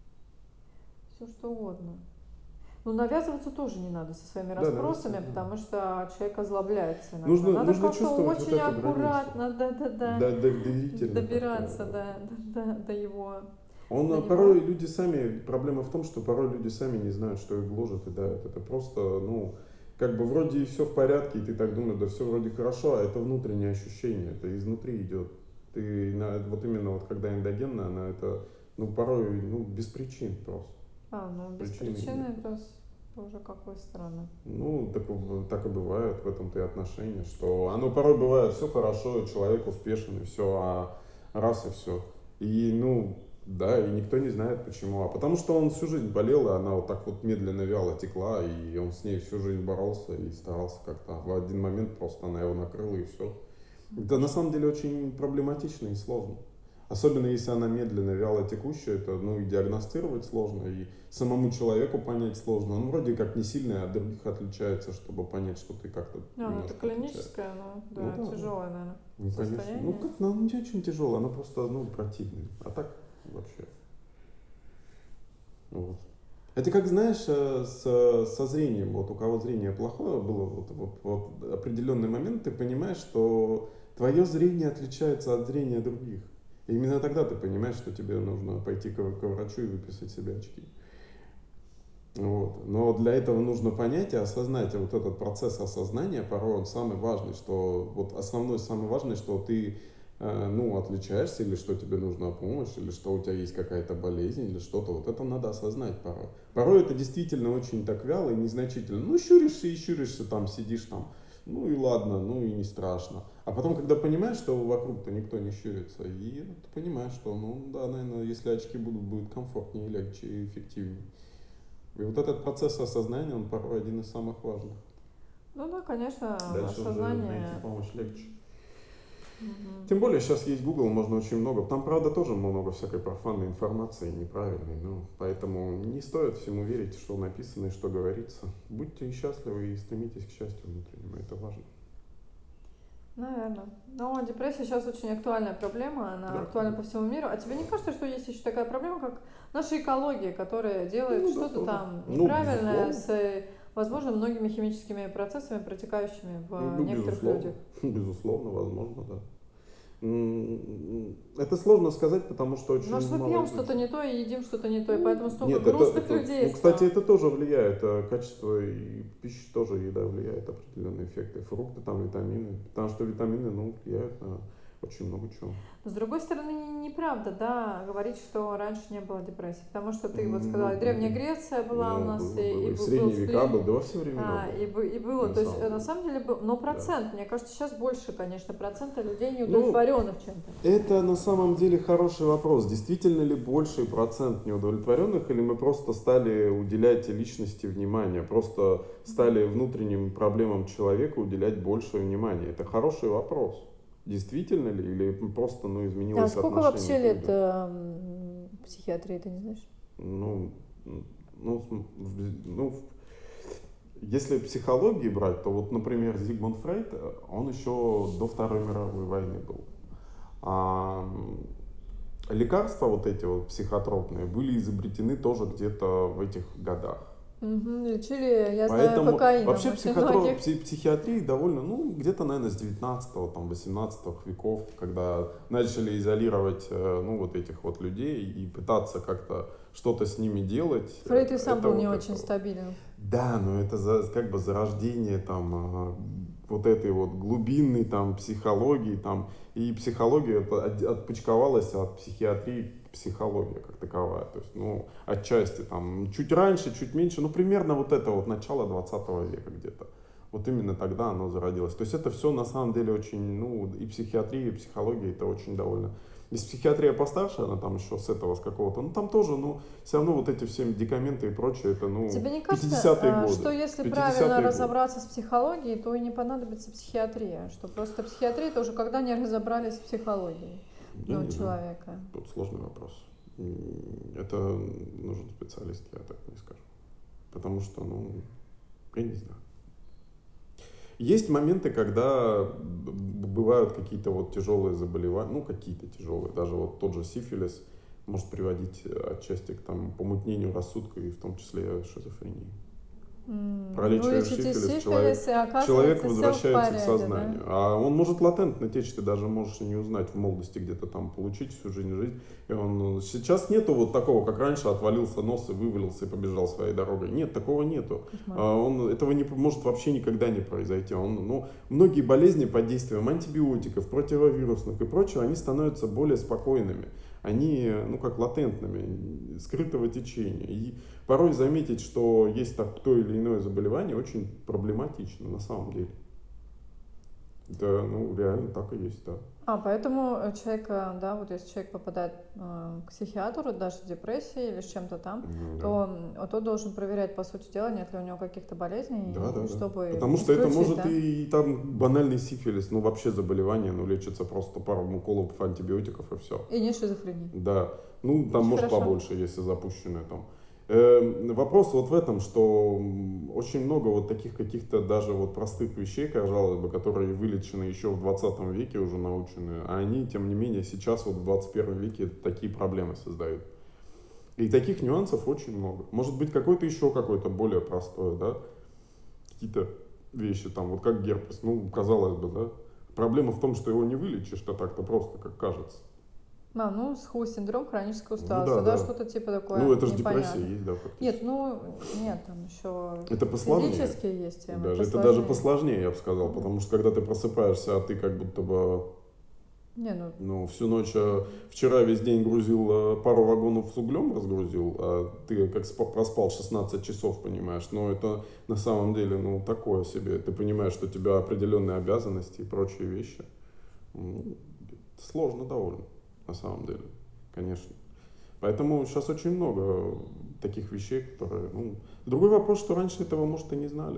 все что угодно. Ну, навязываться тоже не надо со своими Да, навязываться расспросами, не надо. потому что человек озлобляется иногда. Нужно, Надо нужно как-то чувствовать вот очень эту границу. аккуратно, да-да-да, Да, дов- доверительно добираться как-то. до, до, до его, Он до э, порой него. люди сами, проблема в том, что порой люди сами не знают, что их гложет и давит. Это просто, ну, как бы вроде и все в порядке, и ты так думаешь, да все вроде хорошо, а это внутреннее ощущение, это изнутри идет. Ты на- вот именно вот когда эндогенная, она это, ну, порой, ну, без причин просто. А, ну без Причины причины нету. это с- тоже какой стороны. Ну, так, в- так и бывает в этом-то и отношения, что оно порой бывает все хорошо, и человек успешен, и все, а раз и все. И, ну, да, и никто не знает почему. А потому что он всю жизнь болел, и она вот так вот медленно, вяло текла, и он с ней всю жизнь боролся и старался как-то. А в один момент просто она его накрыла, и все. Ну, Это на кошмар. самом деле очень проблематично и сложно. Особенно если она медленно, вяло текущая, это ну, и диагностировать сложно, и самому человеку понять сложно. Он вроде как не сильно от других отличается, чтобы понять, что ты как-то А, ну это немножко отличаешься. клиническое, ну Ну да, да, да. тяжелое, наверное, Ну, конечно. Ну, состояние. как, ну, не очень тяжело, она просто, ну, противная. А так вообще. Вот. Это как, знаешь, э, с, со зрением, вот у кого зрение плохое было, вот, вот, вот определенный момент ты понимаешь, что твое зрение отличается от зрения других. И именно тогда ты понимаешь, что тебе нужно пойти к, к врачу и выписать себе очки. Вот. Но для этого нужно понять и осознать, и вот этот процесс осознания, порой он самый важный, что вот основной, самый важный, что ты э, ну, отличаешься, или что тебе нужна помощь, или что у тебя есть какая-то болезнь, или что-то. Вот это надо осознать порой. Порой это действительно очень так вяло и незначительно. Ну, щуришься и щуришься, там сидишь там, ну и ладно, ну и не страшно. А потом, когда понимаешь, что вокруг-то никто не щурится, и ты понимаешь, что, ну да, наверное, если очки будут, будет комфортнее, легче и эффективнее. И вот этот процесс осознания, он порой один из самых важных. Ну да, конечно, Дальше уже найти осознание. помощь легче. Мгм. Тем более сейчас есть Google, можно очень много. Там, правда, тоже много всякой профанной информации, неправильной. Ну, поэтому не стоит всему верить, что написано и что говорится. Будьте счастливы и стремитесь к счастью внутреннему, это важно. Наверное. Но депрессия сейчас очень актуальная проблема, она Да, актуальна по конечно. всему миру. А тебе не кажется, что есть еще такая проблема, как наша экология, которая делает Ну да, что-то тоже. там Ну, неправильное безусловно. с возможно, многими химическими процессами, протекающими в Ну, некоторых безусловно, людях. безусловно, возможно, да. М, Это сложно сказать, потому что Может, очень мы мало пьем что-то изучено. не то и едим что-то не то, и Ну, поэтому столько нет, это, грустных это, людей ну, кстати, стало. это тоже влияет, э, качество и пищи тоже, еда влияет определенные эффекты, фрукты, там, витамины, потому что витамины, ну, влияют на очень много чего. Но с другой стороны, не- неправда, да, говорить, что раньше не было депрессии, потому что ты вот Ну, сказала, и Древняя м, Греция была у ну, нас, было, и, и было. И в бу- был средние века сплин, был, да во все времена а, был, и, бы- и было, на то есть самом э, на деле. самом деле был, но Да. процент, мне кажется, сейчас больше, конечно, процента людей Ну, неудовлетворенных чем-то. это на самом деле хороший вопрос. Действительно ли больший процент неудовлетворенных, или мы просто стали уделять личности внимание, просто стали внутренним проблемам человека уделять больше внимания? Это хороший вопрос. Действительно ли, или просто ну, А изменилось сколько отношение вообще к лет людям? э, психиатрии, ты не знаешь? Ну, ну, см- в- ну, в- если психологии брать, то вот, например, Зигмунд Фрейд, э, он еще до Второй мировой войны был. А, лекарства вот эти вот психотропные были изобретены тоже где-то в этих годах. Мгм, лечили, я знаю, Поэтому кокаином вообще очень психотро... многих. пси- психиатрии довольно, ну, где-то, наверное, с девятнадцатого, там, восемнадцатого веков, когда начали изолировать, э, ну, вот этих вот людей и пытаться как-то что-то с ними делать, Фрейд и э, сам это был не вот это очень вот. стабилен. Да, но это за, как бы зарождение там а, вот этой вот глубинной там психологии там и психология от- от- отпочковалась от психиатрии психология как таковая, то есть ну отчасти там чуть раньше, чуть меньше, ну примерно вот это вот начало двадцатого века где-то. Вот именно тогда оно зародилось. То есть это все на самом деле очень, ну и психиатрия, и психология это очень довольно. Если психиатрия постарше, она там еще с этого, с какого-то, ну там тоже, ну все равно вот эти все медикаменты и прочее, это ну Тебе не кажется, пятидесятые э, годы. что если правильно пятидесятые годы. разобраться с психологией, то и не понадобится психиатрия? Что просто психиатрия тоже когда не разобрались с психологией, Я ну, не знаю. человека. Тут сложный вопрос. Это нужен специалист, я так не скажу. Потому что, ну, я не знаю. Есть моменты, когда бывают какие-то вот тяжелые заболевания, ну какие-то тяжелые, даже вот тот же сифилис может приводить отчасти к там, помутнению рассудка и в том числе шизофрении. М, Вы Пролечиваешь лечите сифилис, человек, сифилис, и человек оказывается, все в возвращается к порядке, да? сознанию. А он может латентно течь, ты даже можешь и не узнать в молодости где-то там получить всю жизнь жить. И он, ну, сейчас нету вот такого, как раньше, отвалился нос и вывалился и побежал своей дорогой. Нет, такого нету. Кошмар. А Он, этого не может вообще никогда не произойти. Он, ну, многие болезни под действием антибиотиков, противовирусных и прочего, они становятся более спокойными. Они, ну, как латентными, скрытого течения. И порой заметить, что есть так, то или иное заболевание, очень проблематично на самом деле. Это, ну, реально так и есть, да. А, поэтому э, человек, э, да, вот если человек попадает э, к психиатру, даже с депрессией или с чем-то там, Мгм, да. то м, тот должен проверять, по сути дела, нет ли у него каких-то Да, да, болезней, да. чтобы Потому что это исключить, может да? и, и там банальный сифилис, ну вообще заболевание, ну лечится просто пару уколов антибиотиков и все. И нет шизофрении. Да, ну там Очень может хорошо. побольше, если запущенное там. Э, вопрос вот в этом, что м, очень много вот таких каких-то даже вот простых вещей, казалось бы, которые вылечены еще в двадцатом веке уже научены, а они, тем не менее, сейчас вот в двадцать первом веке такие проблемы создают. И таких нюансов очень много. Может быть, какой-то еще какой-то более простой, да, какие-то вещи там, вот как герпес, ну, казалось бы, да. Проблема в том, что его не вылечишь-то так-то просто, как кажется. А, ну, схуй, синдром хронической Ну усталости, да, да, да. что-то типа Ну, такое это же депрессия непонятное. есть, да, Нет, фактически. ну, нет, там еще Это посложнее. физические есть темы, Даже, это даже посложнее. посложнее, я бы сказал, Нет, потому что когда ты просыпаешься, а ты как будто бы не, ну, ну, всю ночь, э, вчера весь день грузил, э, пару вагонов с углем разгрузил, а ты как спа- проспал шестнадцать часов, понимаешь, но это на самом деле, ну, такое себе, ты понимаешь, что у тебя определенные обязанности и прочие вещи. Ну, сложно довольно, на самом деле, конечно. Поэтому сейчас очень много таких вещей, которые, ну, другой вопрос, что раньше этого, может, и не знали.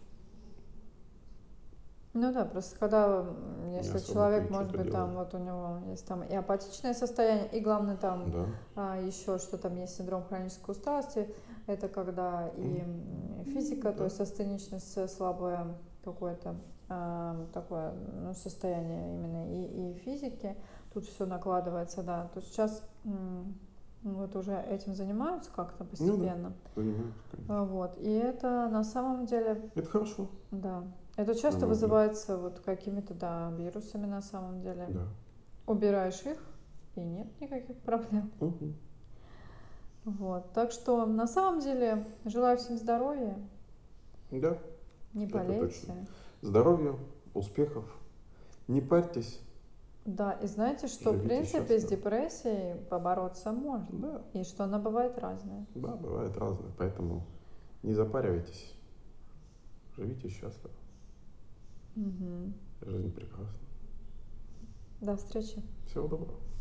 ну да, просто когда, м, Не если особо-то человек, и может что-то быть, делали. там вот у него есть там и апатичное состояние, и главное там Да. а, еще что там есть синдром хронической усталости, это когда и М, м, физика, то Да. есть астеничность, э, слабое какое-то а, такое ну, состояние именно и, и физики, тут все накладывается, да. То есть сейчас м, вот уже этим занимаются как-то Ну да, постепенно. занимаются, А, конечно. Вот. И это на самом деле, Это хорошо, да, это на часто мой взгляд. вызывается вот какими-то, да, вирусами на самом деле. Да. Убираешь их, и нет никаких проблем. Мгм. Вот. Так что на самом деле желаю всем здоровья, Да, не это точно. болейте. Здоровья, успехов. Не парьтесь, Да, и знаете, что в живите принципе с счастливо. депрессией побороться можно, Да, и что она бывает разная. да, бывает разное, поэтому не запаривайтесь, живите счастливо. Мгм. Жизнь прекрасна. До встречи. Всего доброго.